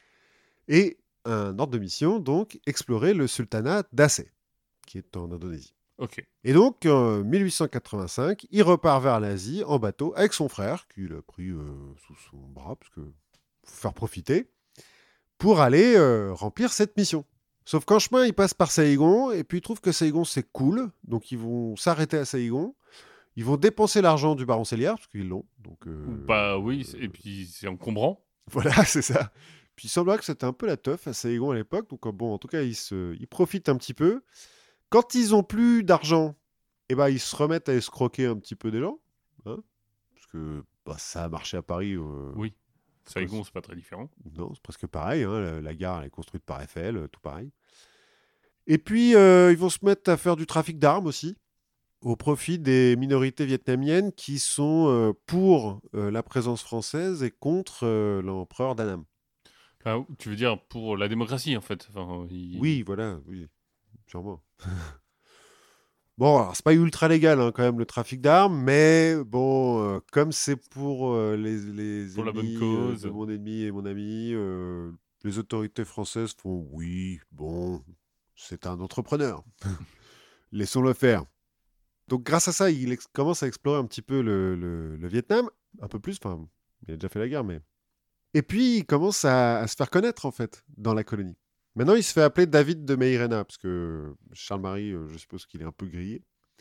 Et un ordre de mission, donc, explorer le sultanat d'Aceh, qui est en Indonésie.
Ok.
Et donc, en 1885, il repart vers l'Asie en bateau avec son frère, qu'il a pris sous son bras, parce que faut faire profiter, pour aller remplir cette mission. Sauf qu'en chemin, ils passent par Saïgon, et puis ils trouvent que Saïgon, c'est cool, donc ils vont s'arrêter à Saïgon. Ils vont dépenser l'argent du baron Sellière, parce qu'ils l'ont. Donc,
Bah oui, et puis c'est encombrant.
voilà, c'est ça. Puis il semblerait que c'était un peu la teuf à Saïgon à l'époque, donc bon, en tout cas, ils profitent un petit peu. Quand ils ont plus d'argent, eh ben, ils se remettent à escroquer un petit peu des gens, hein, parce que bah, ça a marché à Paris.
Oui. Saigon, c'est pas très différent.
Non, c'est presque pareil. Hein, la gare elle est construite par Eiffel, tout pareil. Et puis, ils vont se mettre à faire du trafic d'armes aussi, au profit des minorités vietnamiennes qui sont pour la présence française et contre l'empereur d'Annam.
Enfin, tu veux dire pour la démocratie, en fait. Enfin,
Oui, voilà, oui, sûrement. Bon, alors, c'est pas ultra légal hein, quand même le trafic d'armes, mais bon, comme c'est pour les
pour la bonne
ennemis
cause.
de mon ennemi et mon ami, les autorités françaises font oui, bon, c'est un entrepreneur, laissons-le faire. Donc grâce à ça, il commence à explorer un petit peu le Vietnam, un peu plus, enfin, il a déjà fait la guerre, mais... Et puis il commence à se faire connaître en fait dans la colonie. Maintenant, il se fait appeler David de Meirena, parce que Charles-Marie, je suppose qu'il est un peu grillé.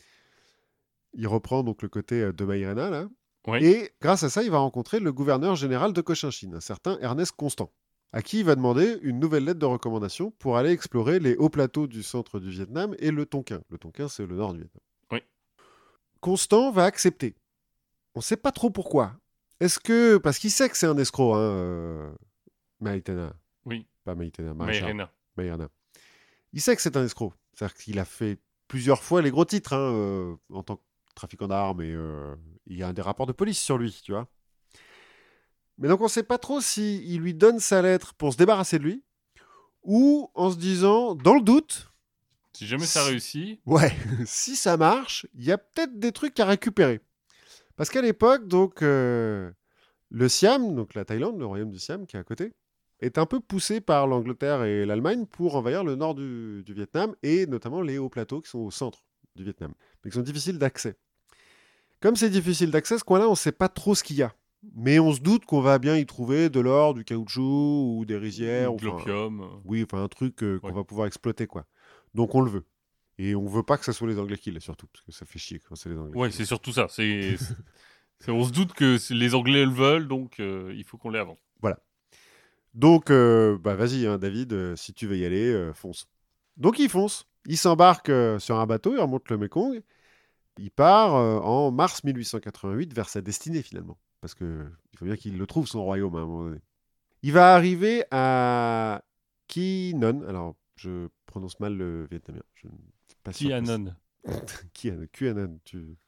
Il reprend donc le côté de Meirena, là.
Oui.
Et grâce à ça, il va rencontrer le gouverneur général de Cochinchine, un certain Ernest Constant, à qui il va demander une nouvelle lettre de recommandation pour aller explorer les hauts plateaux du centre du Vietnam et le Tonkin. Le Tonkin, c'est le nord du Vietnam.
Oui.
Constant va accepter. On ne sait pas trop pourquoi. Est-ce que... Parce qu'il sait que c'est un escroc, hein, Maïtena.
Oui.
Pas Maïtena, Maréchal.
Maïrena.
Maïrena. Il sait que c'est un escroc. C'est-à-dire qu'il a fait plusieurs fois les gros titres hein, en tant que trafiquant d'armes et il y a des rapports de police sur lui, tu vois. Mais donc on ne sait pas trop s'il lui donne sa lettre pour se débarrasser de lui ou en se disant, dans le doute,
Si jamais ça réussit.
ouais, si ça marche, il y a peut-être des trucs à récupérer. Parce qu'à l'époque, donc, le Siam, donc la Thaïlande, le royaume du Siam qui est à côté, est un peu poussé par l'Angleterre et l'Allemagne pour envahir le nord du Vietnam et notamment les hauts plateaux qui sont au centre du Vietnam, mais qui sont difficiles d'accès. Comme c'est difficile d'accès, ce coin-là, on ne sait pas trop ce qu'il y a. Mais on se doute qu'on va bien y trouver de l'or, du caoutchouc ou des rizières.
De l'opium.
Oui, enfin un truc qu'on
Ouais.
va pouvoir exploiter, quoi. Donc on le veut. Et on veut pas que ça soit les Anglais qui l'aient, surtout, parce que ça fait chier quand c'est les Anglais
Ouais,
qui
c'est surtout ça. On se doute que les Anglais le veulent, donc il faut qu'on l'ait avant.
Voilà. Donc, bah vas-y, hein, David, si tu veux y aller, fonce. Donc il fonce. Il s'embarque sur un bateau, il remonte le Mekong. Il part en mars 1888 vers sa destinée, finalement. Parce qu'il faut bien qu'il le trouve, son royaume, à un moment donné. Il va arriver à Qui Non. Alors, je prononce mal le vietnamien. Je ne suis pas sûr.
Tianon.
Quien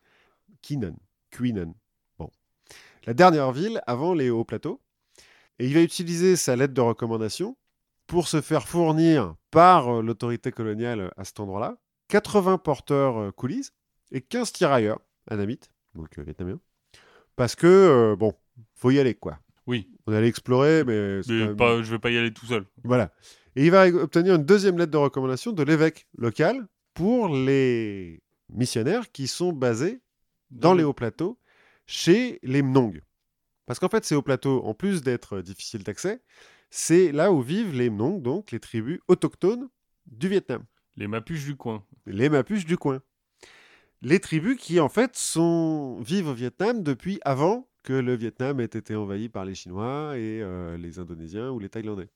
Non. Bon. La dernière ville avant les hauts plateaux. Et il va utiliser sa lettre de recommandation pour se faire fournir par l'autorité coloniale à cet endroit-là 80 porteurs coolies et 15 tirailleurs anamites, donc vietnamiens. Parce que, bon, faut y aller, quoi.
Oui.
On allait explorer, mais...
Mais je vais pas y aller tout seul.
Voilà. Et il va obtenir une deuxième lettre de recommandation de l'évêque local pour les missionnaires qui sont basés dans les hauts plateaux, chez les Mnong. Parce qu'en fait, ces hauts plateaux, en plus d'être difficiles d'accès, c'est là où vivent les Mnong, donc les tribus autochtones du Vietnam.
Les Mapuches du coin.
Les Mapuches du coin. Les tribus qui, en fait, vivent au Vietnam depuis avant que le Vietnam ait été envahi par les Chinois et les Indonésiens ou les Thaïlandais.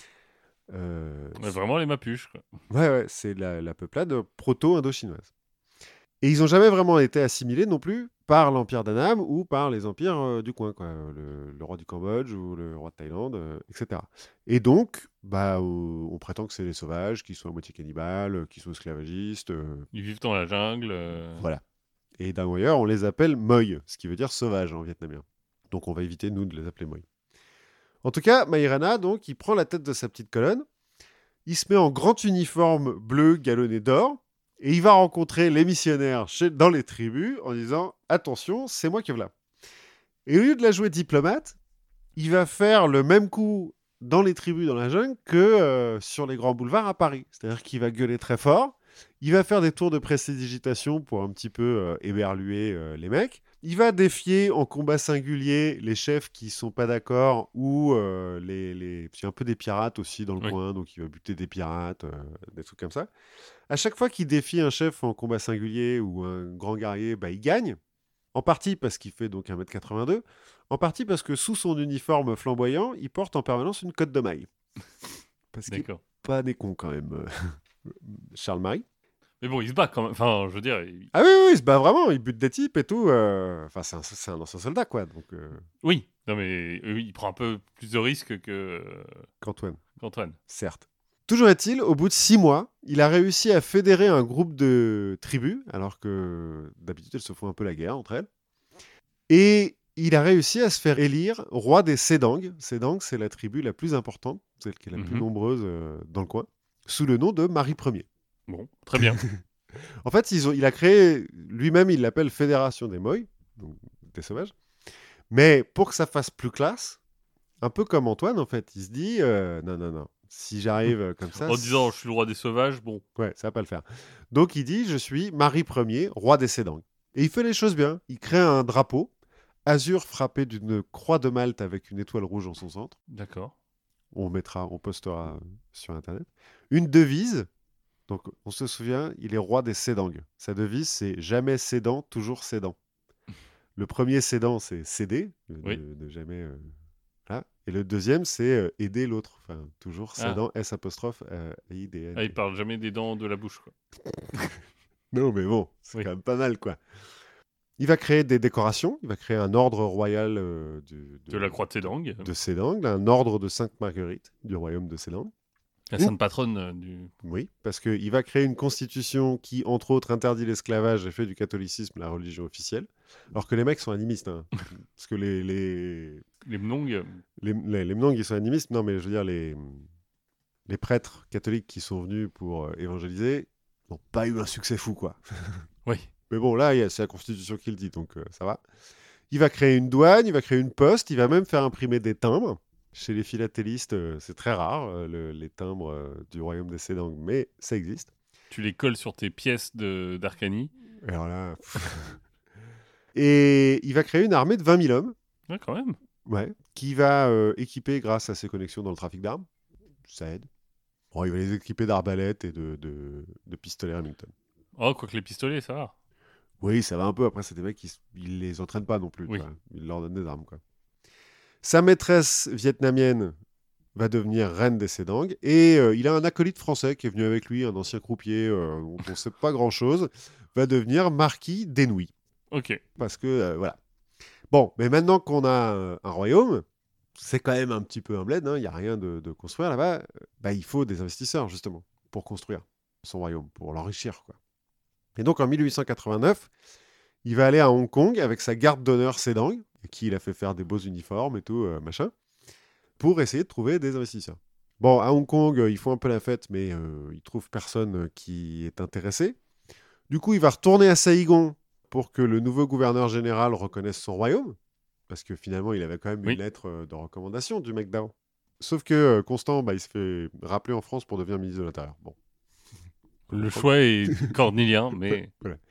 Vraiment les Mapuches, quoi.
Ouais, c'est la peuplade proto-indo-chinoise. Et ils n'ont jamais vraiment été assimilés non plus par l'Empire d'Annam ou par les empires du coin, quoi. Le roi du Cambodge ou le roi de Thaïlande, etc. Et donc, on prétend que c'est les sauvages, qui sont à moitié cannibales, qui sont esclavagistes.
Ils vivent dans la jungle.
Voilà. Et d'ailleurs, on les appelle Moi, ce qui veut dire sauvage en vietnamien. Donc on va éviter, nous, de les appeler Moi. En tout cas, Maïrana, donc, il prend la tête de sa petite colonne, il se met en grand uniforme bleu galonné d'or, et il va rencontrer les missionnaires dans les tribus en disant « Attention, c'est moi qui voilà ». Et au lieu de la jouer diplomate, il va faire le même coup dans les tribus dans la jungle que sur les grands boulevards à Paris. C'est-à-dire qu'il va gueuler très fort, il va faire des tours de prestidigitation pour un petit peu éberluer les mecs. Il va défier en combat singulier les chefs qui sont pas d'accord ou il y a un peu des pirates aussi dans le coin, donc il va buter des pirates, des trucs comme ça. À chaque fois qu'il défie un chef en combat singulier ou un grand guerrier, il gagne. En partie parce qu'il fait donc 1m82, en partie parce que sous son uniforme flamboyant, il porte en permanence une cotte de maille. Parce qu'il n'est pas des cons quand même, Charles-Marie.
Mais bon, il se bat quand même. Enfin, je veux dire.
Ah oui, il se bat vraiment. Il bute des types et tout. Enfin, c'est un ancien soldat, quoi. Donc,
oui, non mais il prend un peu plus de risques
qu'Antoine. Certes. Toujours est-il, au bout de 6 mois, il a réussi à fédérer un groupe de tribus, alors que d'habitude, elles se font un peu la guerre entre elles. Et il a réussi à se faire élire roi des Sedang. Sedang, c'est la tribu la plus importante, celle qui est la plus nombreuse dans le coin, sous le nom de Marie Ier.
Bon, très bien.
En fait, il a créé, lui-même, il l'appelle Fédération des Moi, donc des sauvages. Mais pour que ça fasse plus classe, un peu comme Antoine, en fait, il se dit non, si j'arrive comme ça.
En disant je suis le roi des sauvages, bon.
Ouais, ça va pas le faire. Donc il dit je suis Marie Ier, roi des Sedang. Et il fait les choses bien. Il crée un drapeau, azur frappé d'une croix de Malte avec une étoile rouge en son centre.
D'accord.
On postera sur Internet. Une devise. Donc, on se souvient, il est roi des Sedang. Sa devise, c'est jamais cédant, toujours cédant. Le premier cédant, c'est céder, de jamais. Là. Et le deuxième, c'est aider l'autre. Enfin, toujours cédant, S apostrophe, I-D-N.
Il parle jamais des dents de la bouche, quoi.
Non, mais bon, c'est quand même pas mal, quoi. Il va créer des décorations. Il va créer un ordre royal
de la croix de Sedang.
De Sedang, un ordre de Sainte Marguerite du royaume de Sedang.
La sainte patronne du...
Oui, parce qu'il va créer une constitution qui, entre autres, interdit l'esclavage et fait du catholicisme la religion officielle. Alors que les mecs sont animistes. Hein. Parce que les
Mnong...
Les Mnong, ils sont animistes. Non, mais je veux dire, les prêtres catholiques qui sont venus pour évangéliser n'ont pas eu un succès fou, quoi.
Oui.
Mais bon, là, c'est la constitution qui le dit, donc ça va. Il va créer une douane, il va créer une poste, il va même faire imprimer des timbres. Chez les philatélistes, c'est très rare, les timbres du royaume des Sedang, mais ça existe.
Tu les colles sur tes pièces d'Arcanie.
Alors là... Et il va créer une armée de 20 000 hommes.
Ouais, quand même.
Ouais, qui va équiper grâce à ses connexions dans le trafic d'armes. Ça aide. Bon, il va les équiper d'arbalètes et de pistolets Remington.
Oh, quoique les pistolets, ça va.
Oui, ça va un peu. Après, c'est des mecs ils les entraînent pas non plus.
Oui.
Ils leur donnent des armes, quoi. Sa maîtresse vietnamienne va devenir reine des Sedang. Et il a un acolyte français qui est venu avec lui, un ancien croupier dont on ne sait pas grand-chose, va devenir marquis d'Enouis.
Ok.
Parce que, voilà. Bon, mais maintenant qu'on a un royaume, c'est quand même un petit peu un bled, il n'y a rien de construire là-bas. Il faut des investisseurs, justement, pour construire son royaume, pour l'enrichir, quoi. Et donc, en 1889, il va aller à Hong Kong avec sa garde d'honneur Sedang, à qui il a fait faire des beaux uniformes et tout, machin, pour essayer de trouver des investisseurs. Bon, à Hong Kong, ils font un peu la fête, mais ils trouvent personne qui est intéressé. Du coup, il va retourner à Saïgon pour que le nouveau gouverneur général reconnaisse son royaume, parce que finalement, il avait quand même une lettre de recommandation du mec d'avant. Sauf que Constant, il se fait rappeler en France pour devenir ministre de l'Intérieur. Bon.
Le choix est cornélien, mais...
Voilà.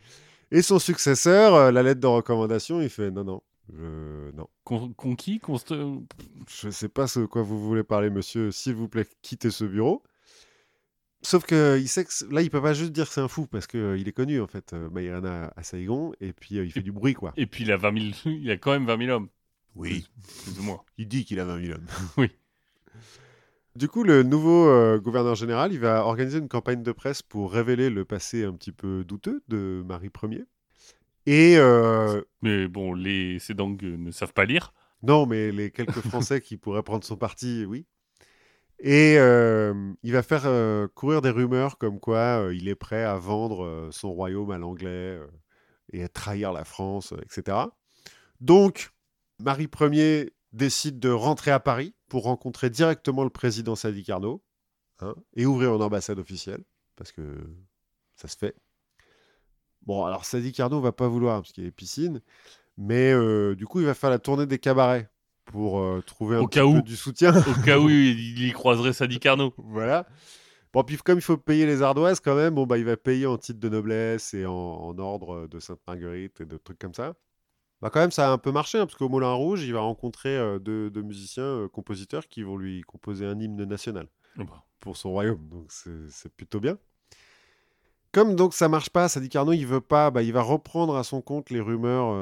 Et son successeur, la lettre de recommandation, il fait non, non.
Conquis,
Je sais pas ce quoi vous voulez parler, monsieur. S'il vous plaît, quittez ce bureau. Sauf que il sait que là, il peut pas juste dire que c'est un fou parce que il est connu en fait, Maïrena à Saigon, et puis il fait du bruit quoi.
Et puis il a 20 000, il a quand même 20 000 hommes.
Oui,
Plus ou moins.
il dit qu'il a 20 000 hommes.
Oui.
Du coup, le nouveau gouverneur général, il va organiser une campagne de presse pour révéler le passé un petit peu douteux de Marie Ier. Et
Mais bon, ces Sedang ne savent pas lire.
non, mais les quelques Français qui pourraient prendre son parti, oui. Et il va faire courir des rumeurs comme quoi il est prêt à vendre son royaume à l'anglais et à trahir la France, etc. Donc, Marie Ier décide de rentrer à Paris pour rencontrer directement le président Sadi Carnot, hein, et ouvrir une ambassade officielle, parce que ça se fait. Bon, alors Sadi Carnot va pas vouloir, parce qu'il y a les piscines, mais du coup, il va faire la tournée des cabarets pour trouver un
Au
petit
cas
peu
où.
du soutien.
Au cas où il y croiserait Sadi Carnot.
Voilà. Bon, puis comme il faut payer les ardoises quand même, bon, bah, il va payer en titre de noblesse et en ordre de Sainte-Marguerite et de trucs comme ça. Bah, quand même, ça a un peu marché, hein, parce qu'au Moulin Rouge, il va rencontrer deux musiciens, compositeurs qui vont lui composer un hymne national pour son royaume. Donc c'est plutôt bien. Comme donc ça marche pas, Sadi Carnot, il veut pas, bah, il va reprendre à son compte les rumeurs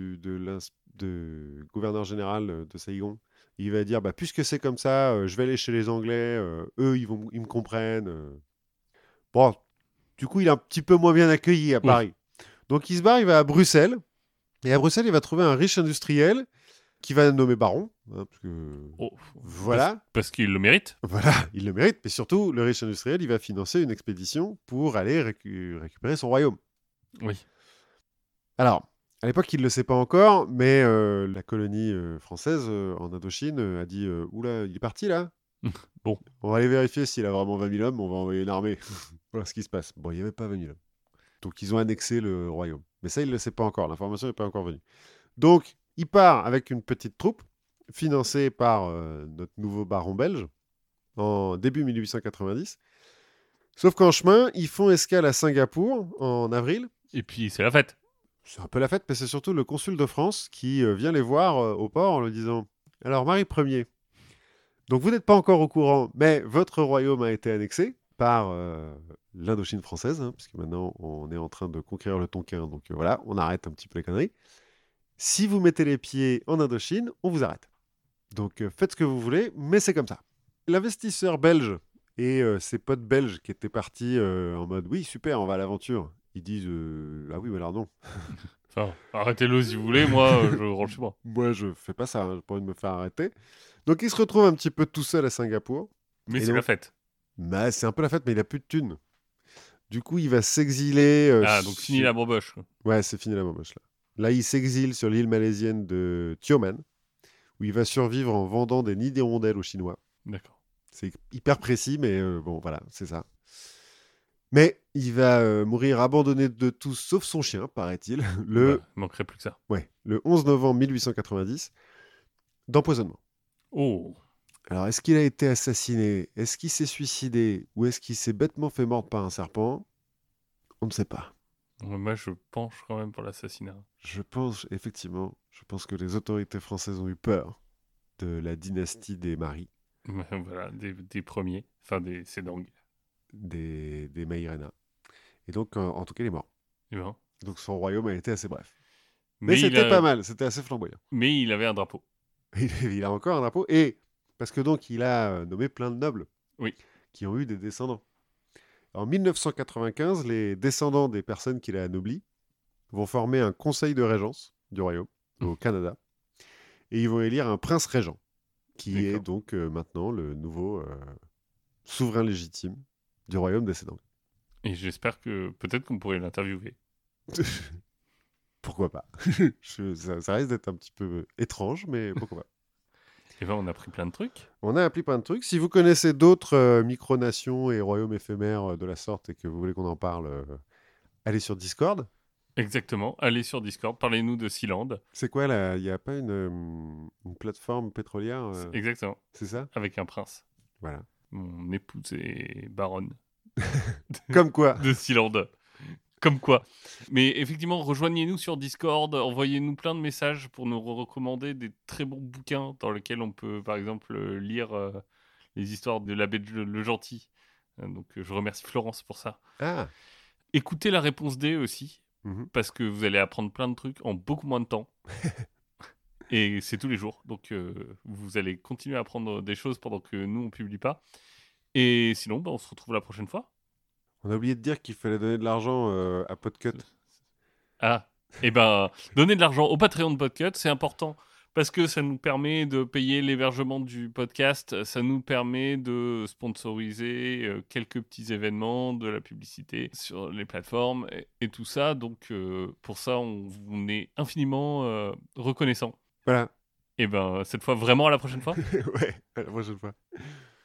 de gouverneur général de Saigon. Il va dire, bah, puisque c'est comme ça, je vais aller chez les Anglais, eux, ils me comprennent. Bon, du coup, il est un petit peu moins bien accueilli à
Oui.
Paris. Donc il se barre, il va à Bruxelles. Et à Bruxelles, il va trouver un riche industriel qui va nommer baron. Hein, parce que...
Oh,
Voilà.
Parce qu'il le mérite.
Voilà, il le mérite. Mais surtout, le riche industriel, il va financer une expédition pour aller récupérer son royaume.
Oui.
Alors, à l'époque, il ne le sait pas encore, mais la colonie française en Indochine a dit oula, il est parti là.
Bon.
On va aller vérifier s'il a vraiment 20 000 hommes, on va envoyer une armée. Voilà ce qui se passe. Bon, il n'y avait pas 20 000 hommes. Donc, ils ont annexé le royaume. Mais ça, il ne le sait pas encore. L'information n'est pas encore venue. Donc, il part avec une petite troupe, financée par notre nouveau baron belge, en début 1890. Sauf qu'en chemin, ils font escale à Singapour en avril.
Et puis c'est la fête.
C'est un peu la fête, mais c'est surtout le consul de France qui vient les voir au port en leur disant « Alors, Marie Ier, donc vous n'êtes pas encore au courant, mais votre royaume a été annexé par l'Indochine française, hein, puisque maintenant on est en train de conquérir le Tonkin, donc voilà, on arrête un petit peu les conneries. Si vous mettez les pieds en Indochine, on vous arrête. Donc faites ce que vous voulez, mais c'est comme ça. » L'investisseur belge et ses potes belges qui étaient partis en mode « Oui, super, on va à l'aventure », ils disent « Ah oui, mais alors non. »
Enfin, arrêtez-le si vous voulez, moi, je rentre chez moi.
Moi, je fais pas ça, hein, j'ai pas envie de me faire arrêter. Donc, il se retrouve un petit peu tout seul à Singapour.
Mais
Et
c'est
donc,
la fête.
bah, c'est un peu la fête, mais il a plus de thunes. Du coup, il va s'exiler.
Donc fini la bamboche.
Ouais, c'est fini la bamboche là. Là, il s'exile sur l'île malaisienne de Tioman, où il va survivre en vendant des nids d'hirondelles aux Chinois.
D'accord.
C'est hyper précis, mais bon, voilà, c'est ça. Mais il va mourir abandonné de tous, sauf son chien, paraît-il,
Il manquerait plus que ça.
le 11 novembre 1890, d'empoisonnement.
Oh.
Alors, est-ce qu'il a été assassiné? Est-ce qu'il s'est suicidé? Ou est-ce qu'il s'est bêtement fait mordre par un serpent? On ne sait pas.
Moi, je penche quand même pour l'assassinat.
Je pense que les autorités françaises ont eu peur de la dynastie des Maris,
Voilà, des premiers. Enfin, des Sedang.
des Maïrena. Et donc, en tout cas, il est mort.
Eh ben.
Donc, son royaume a été assez bref. Mais
Mais
c'était pas mal, c'était assez flamboyant.
Mais il avait un drapeau.
Il a encore un drapeau, et parce que donc, il a nommé plein de nobles
Oui.
qui ont eu des descendants. En 1995, les descendants des personnes qu'il a anoblies vont former un conseil de régence du royaume au Canada, et ils vont élire un prince régent, qui est donc maintenant le nouveau souverain légitime du royaume des Sedang.
Et j'espère que peut-être qu'on pourrait l'interviewer.
Pourquoi pas? Ça risque d'être un petit peu étrange, mais pourquoi pas?
Et ben, on a pris plein de trucs.
On a appris plein de trucs. Si vous connaissez d'autres micronations et royaumes éphémères de la sorte et que vous voulez qu'on en parle, allez sur Discord.
Exactement. Allez sur Discord, parlez-nous de Sealand.
C'est quoi là? Il n'y a pas une plateforme pétrolière
Exactement.
C'est ça?
Avec un prince.
Voilà.
Mon épouse est baronne.
Comme quoi?
De Sealand. Comme quoi. Mais effectivement, rejoignez-nous sur Discord, envoyez-nous plein de messages pour nous recommander des très bons bouquins dans lesquels on peut, par exemple, lire les histoires de l'abbé Le Gentil. Donc, je remercie Florence pour ça.
Ah.
Écoutez la réponse D aussi,
Mhm.
parce que vous allez apprendre plein de trucs en beaucoup moins de temps. Et c'est tous les jours. Donc, vous allez continuer à apprendre des choses pendant que nous, on publie pas. Et sinon, on se retrouve la prochaine fois.
On a oublié de dire qu'il fallait donner de l'argent à Podcut.
Ah, et ben, donner de l'argent au Patreon de Podcut, c'est important. Parce que ça nous permet de payer l'hébergement du podcast, ça nous permet de sponsoriser quelques petits événements, de la publicité sur les plateformes et tout ça. Donc pour ça, on est infiniment reconnaissant.
Voilà.
Et ben cette fois, vraiment à la prochaine fois.
Ouais, à la prochaine fois.